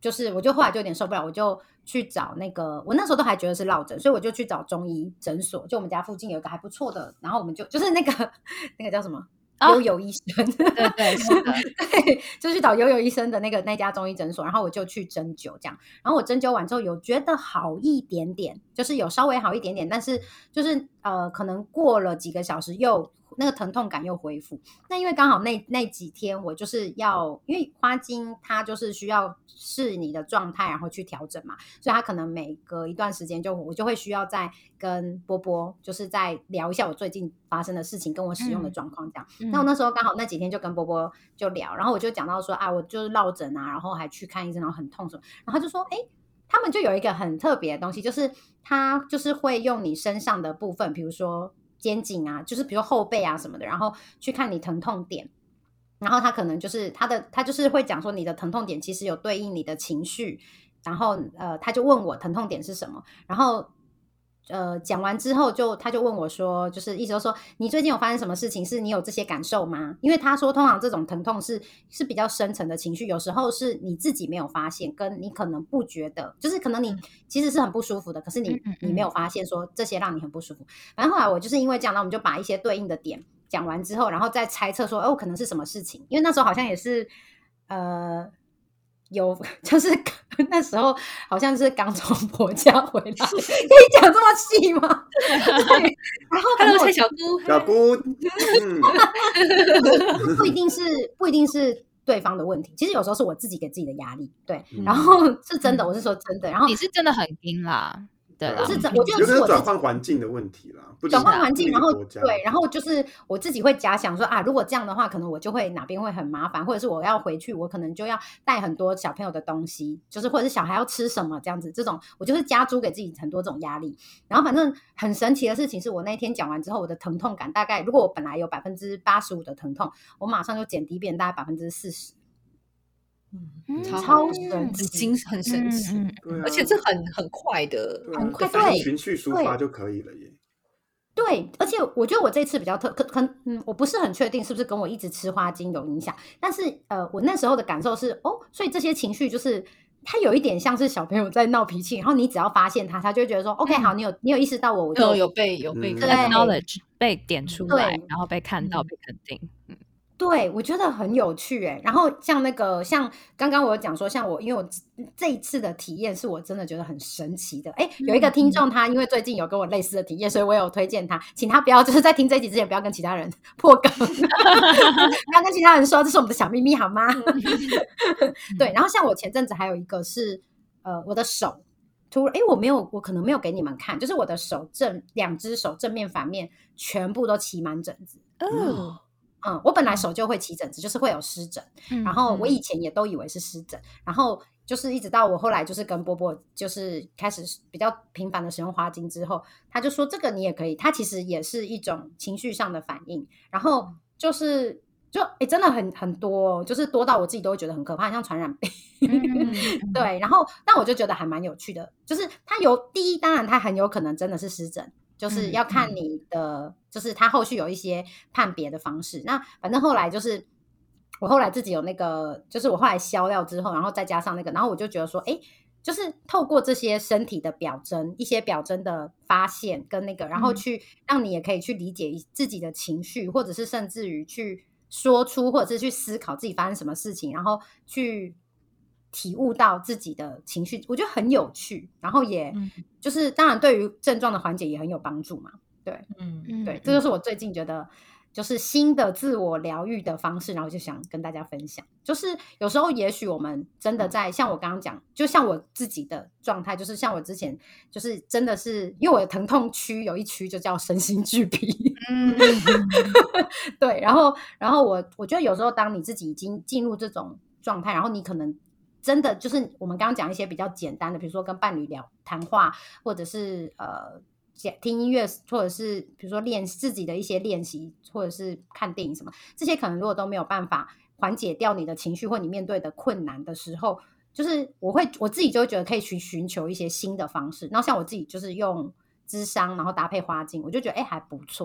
Speaker 1: 就是我就后来就有点受不了，我就去找那个，我那时候都还觉得是落枕，所以我就去找中医诊所，就我们家附近有一个还不错的，然后我们就是那个叫什么悠悠医生，
Speaker 2: 对对是的，
Speaker 1: 对，就去找悠悠医生的那家中医诊所，然后我就去针灸这样，然后我针灸完之后有觉得好一点点，就是有稍微好一点点，但是就是可能过了几个小时又那个疼痛感又恢复。那因为刚好那几天我就是因为花精它就是需要视你的状态然后去调整嘛，所以它可能每隔一段时间我就会需要再跟波波就是再聊一下我最近发生的事情跟我使用的状况这样。那我那时候刚好那几天就跟波波就聊，然后我就讲到说我就是落枕啊，然后还去看医生，然后很痛什么，然后他就说他们就有一个很特别的东西，就是他就是会用你身上的部分，比如说肩颈啊，就是比如说后背啊什么的，然后去看你疼痛点，然后他可能就是他就是会讲说你的疼痛点其实有对应你的情绪，然后他就问我疼痛点是什么，然后讲完之后他就问我说，就是意思说你最近有发生什么事情是你有这些感受吗？因为他说通常这种疼痛是比较深层的情绪，有时候是你自己没有发现，跟你可能不觉得，就是可能你其实是很不舒服的，可是你没有发现说这些让你很不舒服。反正后来我就是因为这样，那我们就把一些对应的点讲完之后，然后再猜测说可能是什么事情，因为那时候好像也是就是那时候好像是刚从婆家回来，可以讲这么细吗？对，然后
Speaker 3: Hello 蔡小姑，
Speaker 4: 小姑，
Speaker 1: 不一定是对方的问题，其实有时候是我自己给自己的压力，对，然后是真的，我是说真的，然后
Speaker 2: 你是真的很硬啦。对啦，
Speaker 1: 我觉得是我
Speaker 4: 转换环境的问题啦，
Speaker 1: 转换环境，然后对，然后就是我自己会假想说如果这样的话，可能我就会哪边会很麻烦，或者是我要回去，我可能就要带很多小朋友的东西，就是或者是小孩要吃什么这样子，这种我就是加诸给自己很多这种压力。然后反正很神奇的事情是我那天讲完之后，我的疼痛感大概，如果我本来有85%的疼痛，我马上就减低变大概40%。超神奇，
Speaker 3: 很神奇，而且这很快的，
Speaker 1: 很快，对，
Speaker 4: 情绪抒发就可以了耶。
Speaker 1: 对，而且我觉得我这次比较我不是很确定是不是跟我一直吃花精有影响，但是我那时候的感受是所以这些情绪就是它有一点像是小朋友在闹脾气，然后你只要发现他就会觉得说 OK 好，你有意识到我就
Speaker 3: 有被
Speaker 2: acknowledge 被点出来，然后被看到被肯定。
Speaker 1: 对，我觉得很有趣然后像刚刚我有讲说，像因为我这一次的体验是我真的觉得很神奇的。有一个听众他因为最近有跟我类似的体验，所以我有推荐他，请他不要就是在听这一集之前不要跟其他人破梗，不要跟其他人说这是我们的小秘密好吗？对，然后像我前阵子还有一个是我的手突然我可能没有给你们看，就是我的手两只手正面反面全部都起满疹子。我本来手就会起疹子，就是会有湿疹，然后我以前也都以为是湿疹，然后就是一直到我后来就是跟波波就是开始比较频繁的使用花精之后，他就说这个你也可以，它其实也是一种情绪上的反应，然后就真的很多，就是多到我自己都会觉得很可怕，很像传染病。对，然后但我就觉得还蛮有趣的，就是它第一当然它很有可能真的是湿疹，就是要看你的就是他后续有一些判别的方式。那反正后来就是我后来自己有那个，就是我后来消掉之后，然后再加上那个，然后我就觉得说就是透过这些身体的表征，一些表征的发现跟那个，然后去让你也可以去理解自己的情绪，或者是甚至于去说出或者是去思考自己发生什么事情，然后去体悟到自己的情绪，我觉得很有趣，然后也就是当然对于症状的缓解也很有帮助嘛。对，对，这就是我最近觉得就是新的自我疗愈的方式，然后就想跟大家分享。就是有时候也许我们真的在像我刚刚讲，就像我自己的状态，就是像我之前就是真的是因为我的疼痛区有一区就叫身心俱疲。对，然后我觉得有时候当你自己已经进入这种状态，然后你可能真的就是我们刚刚讲一些比较简单的，比如说跟伴侣谈话，或者是听音乐，或者是比如说练自己的一些练习，或者是看电影什么，这些可能如果都没有办法缓解掉你的情绪或你面对的困难的时候，就是我自己就会觉得可以去寻求一些新的方式。然后像我自己就是用諮商，然后搭配花精，我就觉得还不错。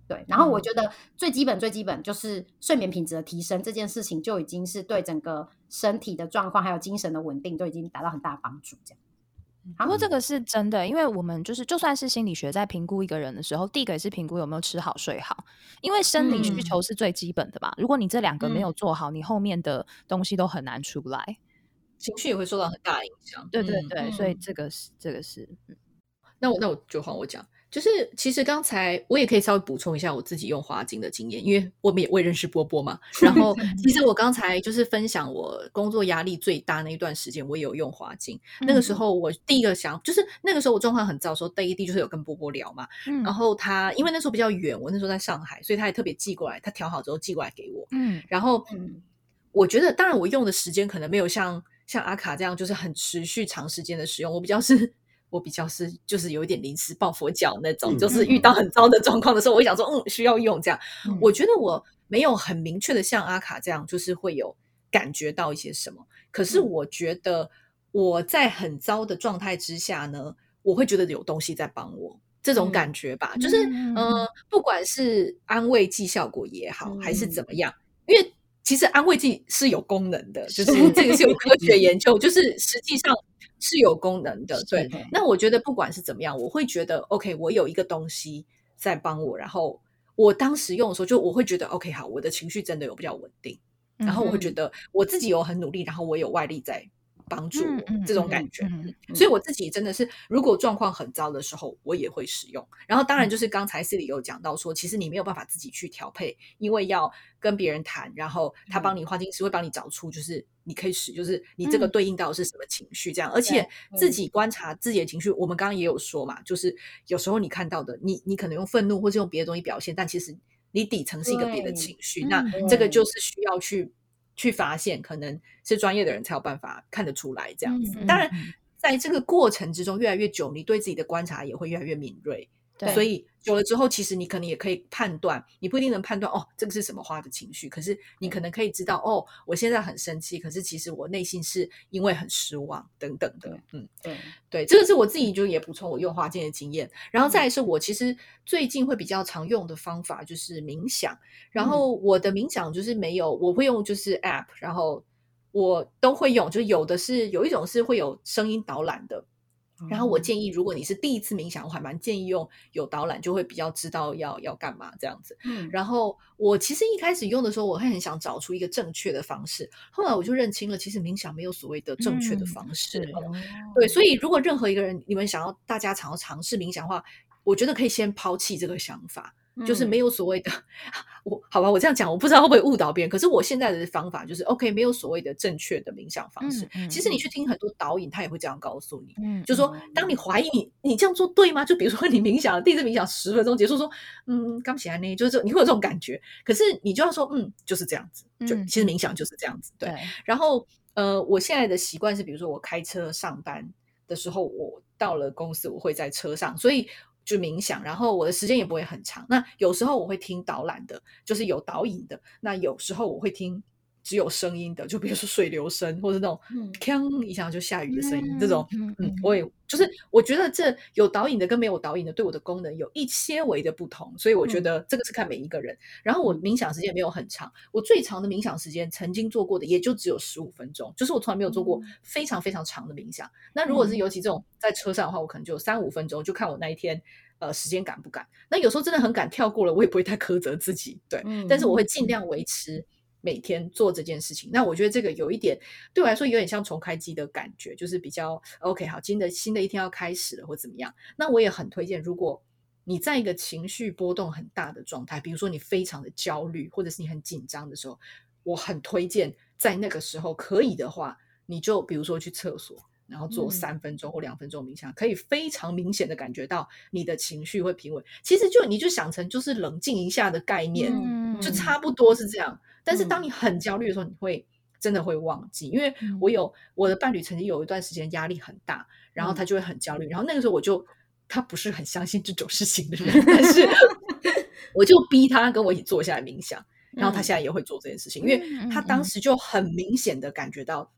Speaker 1: 对，然后我觉得最基本就是睡眠品质的提升，这件事情就已经是对整个身体的状况还有精神的稳定都已经达到很大的帮助。这样，
Speaker 2: 不过这个是真的，因为我们就是就算是心理学在评估一个人的时候，第一个也是评估有没有吃好睡好，因为生理需求是最基本的嘛。如果你这2个没有做好，你后面的东西都很难出来，
Speaker 3: 情绪也会受到很大的影响。
Speaker 2: 对对对，所以这个是。
Speaker 3: 那我就换我讲，就是其实刚才我也可以稍微补充一下我自己用花精的经验，因为我也认识波波嘛。然后其实我刚才就是分享我工作压力最大那一段时间，我也有用花精。那个时候我第一个想就是那个时候我状况很糟的时候，Day1就是有跟波波聊嘛。然后他因为那时候比较远，我那时候在上海，所以他也特别寄过来，他调好之后寄过来给我。然后我觉得当然我用的时间可能没有像阿卡这样就是很持续长时间的使用，我比较是就是有一点临时抱佛脚那种，就是遇到很糟的状况的时候，我会想说需要用这样。我觉得我没有很明确的像阿卡这样就是会有感觉到一些什么，可是我觉得我在很糟的状态之下呢，我会觉得有东西在帮我，这种感觉吧。就是不管是安慰剂效果也好还是怎么样，因为其实安慰剂是有功能的，就是这个是有科学研究，就是实际上是有功能的。对，那我觉得不管是怎么样，我会觉得 OK， 我有一个东西在帮我，然后我当时用的时候，就我会觉得 OK， 好，我的情绪真的有比较稳定，然后我会觉得我自己有很努力，然后我有外力在帮助我，这种感觉。所以我自己真的是如果状况很糟的时候我也会使用。然后当然就是刚才Silly有讲到说，其实你没有办法自己去调配，因为要跟别人谈，然后他帮你花精师会帮你找出就是你可以使，就是你这个对应到的是什么情绪这样。而且自己观察自己的情绪，我们刚刚也有说嘛，就是有时候你看到的你可能用愤怒或是用别的东西表现，但其实你底层是一个别的情绪，那这个就是需要去发现，可能是专业的人才有办法看得出来这样子。当然在这个过程之中越来越久，你对自己的观察也会越来越敏锐，所以久了之后其实你可能也可以判断，你不一定能判断这个是什么花的情绪，可是你可能可以知道我现在很生气，可是其实我内心是因为很失望等等的。对，这个是我自己就也补充我用花精的经验。然后再来是我其实最近会比较常用的方法就是冥想，然后我的冥想就是我会用就是 App， 然后我都会用，就是有一种是会有声音导览的，然后我建议如果你是第一次冥想，我还蛮建议用有导览，就会比较知道要干嘛这样子。然后我其实一开始用的时候我会很想找出一个正确的方式，后来我就认清了其实冥想没有所谓的正确的方式。对，所以如果任何一个人你们大家想要尝试冥想的话，我觉得可以先抛弃这个想法，就是没有所谓的好吧，我这样讲我不知道会不会误导别人，可是我现在的方法就是 OK， 没有所谓的正确的冥想方式。其实你去听很多导引他也会这样告诉你，就说当你怀疑你这样做对吗，就比如说你冥想第一次冥想10分钟结束说刚起来呢，就是你会有这种感觉，可是你就要说就是这样子，就其实冥想就是这样子。对，然后我现在的习惯是比如说我开车上班的时候，我到了公司我会在车上，所以就冥想，然后我的时间也不会很长。那有时候我会听导览的，就是有导引的，那有时候我会听只有声音的，就比如说水流声或者那种锵一下就下雨的声音，这种我也就是我觉得这有导引的跟没有导引的对我的功能有一些微的不同，所以我觉得这个是看每一个人。然后我冥想时间没有很长，我最长的冥想时间曾经做过的也就只有15分钟，就是我从来没有做过非常非常长的冥想。那如果是尤其这种在车上的话，我可能就3-5分钟，就看我那一天时间赶不赶。那有时候真的很赶跳过了，我也不会太苛责自己，对，但是我会尽量维持每天做这件事情。那我觉得这个有一点对我来说有点像重开机的感觉，就是比较 OK， 好，新的一天要开始了或怎么样。那我也很推荐，如果你在一个情绪波动很大的状态，比如说你非常的焦虑或者是你很紧张的时候，我很推荐在那个时候可以的话，你就比如说去厕所然后做3分钟或2分钟冥想，可以非常明显的感觉到你的情绪会平稳。其实你就想成就是冷静一下的概念，就差不多是这样。但是当你很焦虑的时候，你会真的会忘记。因为我的伴侣曾经有一段时间压力很大，然后他就会很焦虑，然后那个时候他不是很相信这种事情的人，但是我就逼他跟我一起坐下来冥想，然后他现在也会做这件事情，因为他当时就很明显的感觉到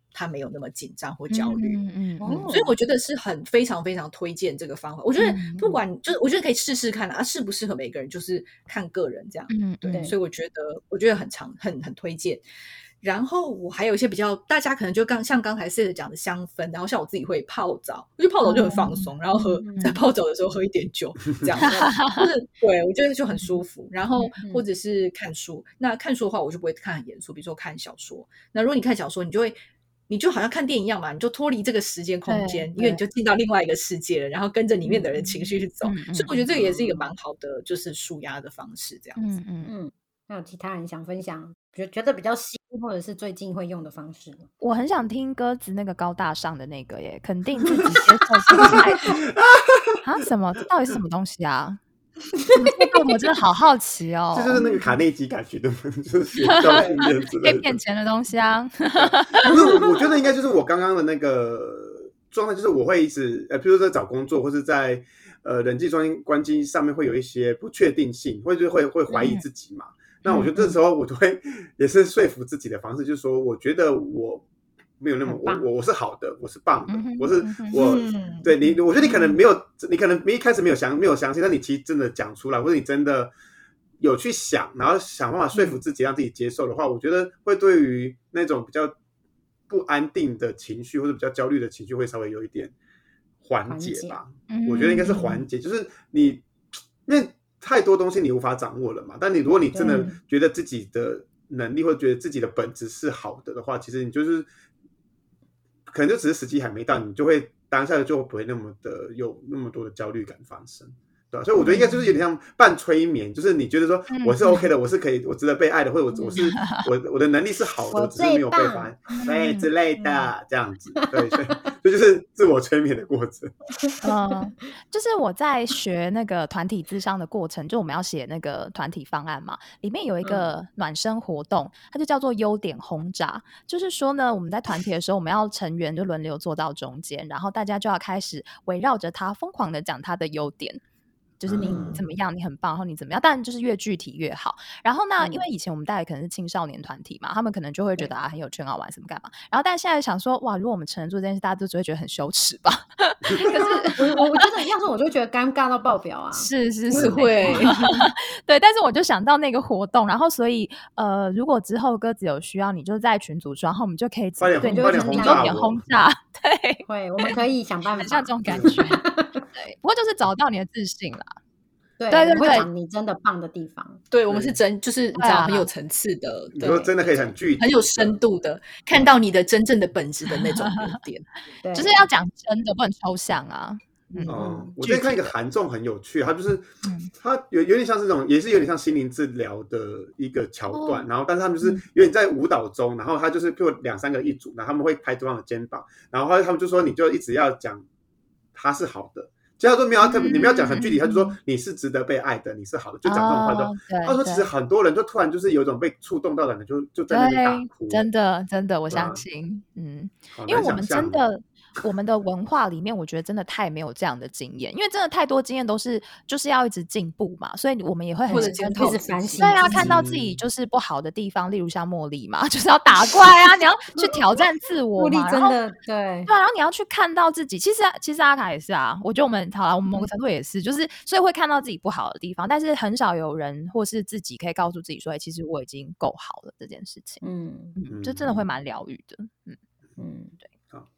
Speaker 3: 他没有那么紧张或焦虑。
Speaker 1: 所
Speaker 3: 以我觉得是非常非常推荐这个方法。我觉得不管就是我觉得可以试试看适不适合每个人，就是看个人这样。对，所以我觉得很推荐。然后我还有一些比较大家可能就像刚才 Sid 讲的香氛，然后像我自己会泡澡，我觉得泡澡就很放松，然后在泡澡的时候喝一点酒这样就是对，我觉得就很舒服。然后或者是看书，那看书的话我就不会看很严肃，比如说看小说。那如果你看小说，你就好像看电影一样嘛，你就脱离这个时间空间，因为你就进到另外一个世界了，然后跟着里面的人情绪去走。所以我觉得这个也是一个蛮好的就是抒压的方式这样子。
Speaker 1: 那有其他人想分享觉得比较新或者是最近会用的方式吗？
Speaker 2: 我很想听鸽子那个高大上的那个耶，肯定自己接受新爱啊？什么？到底是什么东西啊？我真的好好奇哦。
Speaker 4: 这就是那个卡内基感觉的，就是学校训练之类的，
Speaker 2: 可以骗钱的东西啊。
Speaker 4: 不是，我觉得应该就是我刚刚的那个状态，就是我会一直比如说在找工作，或是在人际关系上面会有一些不确定性，或者会怀疑自己嘛。那我觉得这时候我就会也是说服自己的方式，就是说我觉得我没有那么我是好的，我是棒的，对你，我觉得你可能没有，你可能一开始没有相信，但你其实真的讲出来，或者你真的有去想，然后想办法说服自己，让自己接受的话，我觉得会对于那种比较不安定的情绪或者比较焦虑的情绪会稍微有一点缓解吧。我觉得应该是缓解，就是因为太多东西你无法掌握了嘛，但如果你真的觉得自己的能力或者觉得自己的本质是好的话，其实你就是可能就只是时机还没到，你就会当下就不会有那么多的焦虑感发生。对吧？所以我觉得应该就是有点像半催眠，就是你觉得说我是 OK 的，我是可以，我值得被爱的，或者我的能力是好的，只是没有被发现之类的这样子。对，所以这就是自我催眠的过程。
Speaker 2: 就是我在学那个团体咨商的过程，就我们要写那个团体方案嘛，里面有一个暖身活动，它就叫做优点轰炸。就是说呢，我们在团体的时候，我们要成员就轮流坐到中间，然后大家就要开始围绕着他疯狂的讲他的优点。就是你怎么样，你很棒，然后你怎么样，但就是越具体越好。然后呢，因为以前我们带的可能是青少年团体嘛，他们可能就会觉得很有趣，很好玩，什么干嘛。然后但现在想说，哇，如果我们成人做这件事，大家都只会觉得很羞耻吧？
Speaker 1: 可是我觉得要是我就觉得尴尬到爆表啊！
Speaker 2: 是
Speaker 3: 会
Speaker 2: 对，但是我就想到那个活动，然后所以如果之后鸽子有需要，你就在群组说，然后我们就可以
Speaker 4: 对
Speaker 2: 你就点轰炸，对，
Speaker 1: 会，我们可以想办法，
Speaker 2: 很像这种感觉。对，不过就是找到你的自信啦。
Speaker 1: 对，会讲你真的棒的地方。
Speaker 3: 对，我们是就是你知道很有层次的，
Speaker 4: 你说真的可以很具体、
Speaker 3: 很有深度的看到你的真正的本质的那种优点。
Speaker 2: 对，就是要讲真的，不能抽象啊。
Speaker 4: 我之前看一个韩综很有趣，它就是它有点像是这种，也是有点像心灵治疗的一个桥段，然后但是他们就是有点在舞蹈中，然后他就是譬如2-3个一组，然后他们会拍对方的肩膀，然后他们就说你就一直要讲他是好的。其实他说没有特别，你不要讲很具体，他就说你是值得被爱的，你是好的，就讲这种话就。他说其实很多人就突然就是有一种被触动到的人，就在那边大哭。
Speaker 2: 真的，我相信，因为我们真的。我们的文化里面，我觉得真的太没有这样的经验，因为真的太多经验都是就是要一直进步嘛，所以我们也会很
Speaker 1: 检讨、反省。
Speaker 2: 对啊，看到自己就是不好的地方，例如像茉莉嘛，就是要打怪啊，你要去挑战自我嘛。
Speaker 1: 茉莉真的对，
Speaker 2: 然后你要去看到自己。其实阿卡也是啊，我觉得我们某个程度也是，就是所以会看到自己不好的地方，但是很少有人或是自己可以告诉自己说，其实我已经够好了这件事情。就真的会蛮疗愈的。对。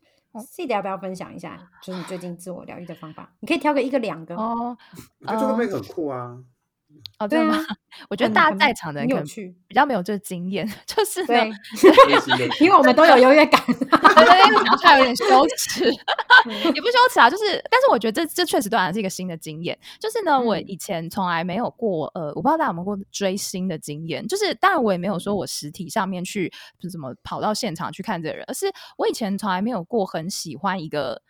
Speaker 1: Sid 要不要分享一下，就是你最近自我疗愈的方法？你可以挑个1个2个
Speaker 4: 我觉得这个很酷啊。
Speaker 2: 对啊，我觉得大家在场的人可能比较没有这个经验，就是
Speaker 1: 对，因为我们都有优越感，
Speaker 2: 讲出来有点羞耻，也不羞耻啊，就是，但是我觉得这确实对我是一个新的经验。就是呢，我以前从来没有过我不知道大家有没有过追星的经验，就是当然我也没有说我实体上面去怎么跑到现场去看这个人，而是我以前从来没有过很喜欢一个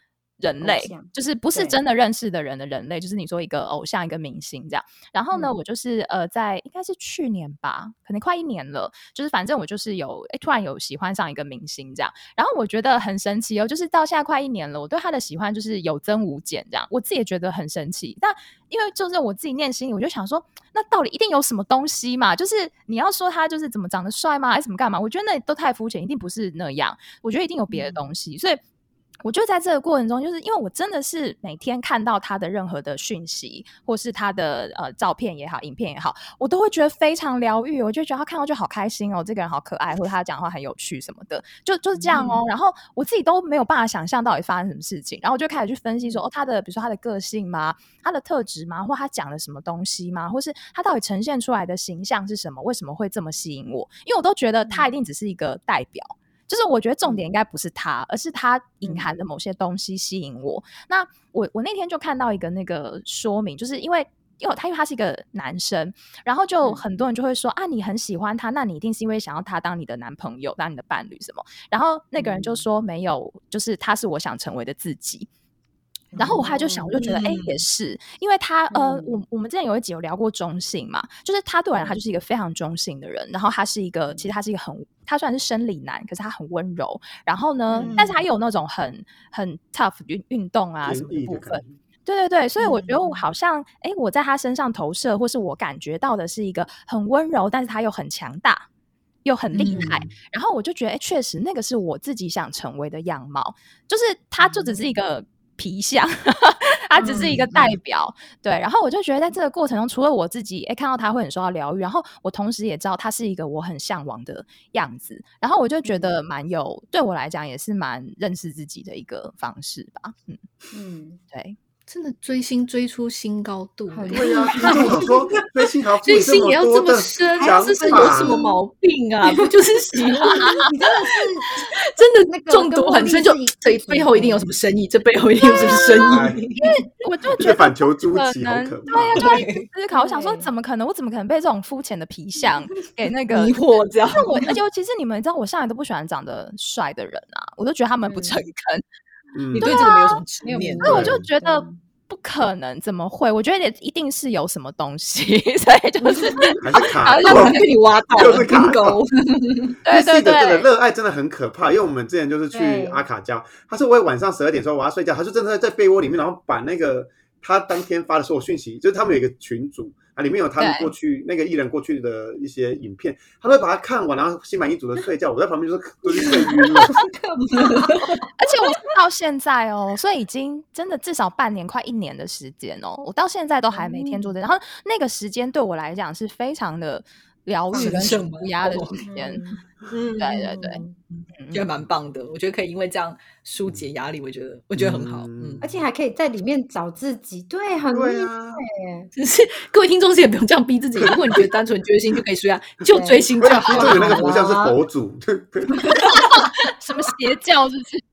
Speaker 2: 人类，就是不是真的认识的人的人类，就是你说一个偶像一个明星这样。然后呢我就是在应该是去年吧，可能快1年了，就是反正我就是突然有喜欢上一个明星这样。然后我觉得很神奇就是到现在快1年了，我对他的喜欢就是有增无减这样，我自己也觉得很神奇。但因为就是我自己念心里我就想说，那到底一定有什么东西嘛，就是你要说他就是怎么长得帅吗还是怎么干嘛，我觉得那都太肤浅，一定不是那样，我觉得一定有别的东西。所以我就在这个过程中，就是因为我真的是每天看到他的任何的讯息或是他的照片也好影片也好，我都会觉得非常疗愈，我就觉得他看到就好开心哦，这个人好可爱，或者他讲话很有趣什么的，就是这样哦。然后我自己都没有办法想象到底发生什么事情，然后我就开始去分析说他的比如说他的个性吗，他的特质吗，或他讲了什么东西吗，或是他到底呈现出来的形象是什么，为什么会这么吸引我。因为我都觉得他一定只是一个代表，就是我觉得重点应该不是他，而是他隐含的某些东西吸引我。那我那天就看到一个那个说明，就是因为他是一个男生，然后就很多人就会说啊，你很喜欢他，那你一定是因为想要他当你的男朋友当你的伴侣什么。然后那个人就说没有，就是他是我想成为的自己。然后我还就想，我就觉得也是，因为他我们之前有一集有聊过中性嘛，就是他对我来讲他就是一个非常中性的人，然后他是一个其实他是一个他虽然是生理男，可是他很温柔，然后呢但是他也有那种很 tough 运动啊什么的部分。对对对，所以我觉得我好像我在他身上投射或是我感觉到的是一个很温柔，但是他又很强大又很厉害，然后我就觉得确实那个是我自己想成为的样貌，就是他就只是一个皮相他只是一个代表对。然后我就觉得在这个过程中，除了我自己看到他会很受到疗愈，然后我同时也知道他是一个我很向往的样子，然后我就觉得对我来讲也是蛮认识自己的一个方式吧。对，
Speaker 3: 真的追星追出新高度。
Speaker 4: 对啊，我说追星好，
Speaker 3: 追星也要这么深，这是有什么毛病啊？不就是喜欢？
Speaker 1: 你
Speaker 3: 真的中毒很深，就这背后一定有什么深意，这背后一定有什么深意。
Speaker 2: 因为我就觉得
Speaker 4: 反求诸己，好可怕。
Speaker 2: 对啊，就思考，我想说怎么可能？我怎么可能被这种肤浅的皮相给那个
Speaker 3: 迷惑这样？
Speaker 2: 而且其实你们知道，我向来都不喜欢长得帅的人啊，我都觉得他们不诚恳。
Speaker 3: 你对这个没有什么执念，
Speaker 2: 所以我就觉得不可能，怎么会？我觉得一定是有什么东西，所以就是
Speaker 4: 还是卡
Speaker 3: 要被你挖到，
Speaker 4: 就是卡沟。
Speaker 2: 对对对，
Speaker 4: 这个热爱真的很可怕，因为我们之前就是去阿卡教，他说我会晚上12点说我要睡觉，他就真的在被窝里面，然后把那个他当天发的所有讯息，就是他们有一个群组里面有他们过去那个艺人过去的一些影片，他都会把它看完，然后心满意足的睡觉。我在旁边就是睡晕了。
Speaker 2: 而且我到现在所以已经真的至少半年快1年的时间我到现在都还每天做这然后那个时间对我来讲是非常的疗愈跟舒压的时间。对对对，
Speaker 3: 觉得蛮棒的。我觉得可以因为这样疏解压力，我觉得很好。
Speaker 1: 而且还可以在里面找自己，对，很厉害。
Speaker 3: 只是各位听众也不用这样逼自己，如果你觉得单纯追星就可以睡啊，就追星就好。
Speaker 4: 就有那个佛像是佛祖，
Speaker 2: 什么邪教是不是？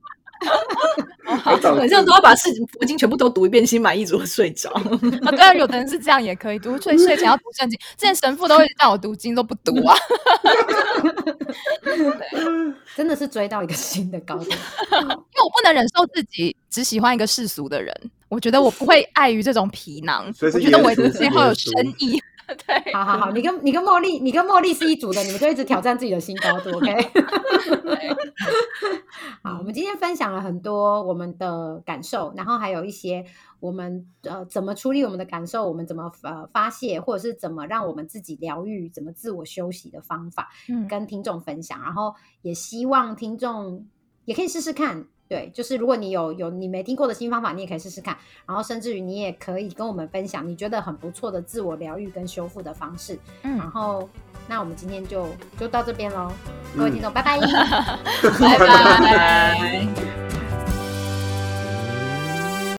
Speaker 3: 晚上都要把佛经全部都读一遍，心满意足的睡着。
Speaker 2: 对啊，有的人是这样也可以读，睡前要读圣经。之前神父都会让我读经，都不读啊。
Speaker 1: 真的是追到一个新的高度。
Speaker 2: 因为我不能忍受自己只喜欢一个世俗的人，我觉得我不会碍于这种皮囊，我觉得我的世界会有深意。对，
Speaker 1: 好，你跟茉莉是一组的，你们就一直挑战自己的新高度 ，OK？ 好，我们今天分享了很多我们的感受，然后还有一些我们怎么处理我们的感受，我们怎么发泄，或者是怎么让我们自己疗愈，怎么自我休息的方法，跟听众分享，然后也希望听众也可以试试看。对，就是如果你有你没听过的新方法，你也可以试试看，然后甚至于你也可以跟我们分享你觉得很不错的自我疗愈跟修复的方式。然后那我们今天就到这边咯，各位听众拜拜。
Speaker 2: 拜拜。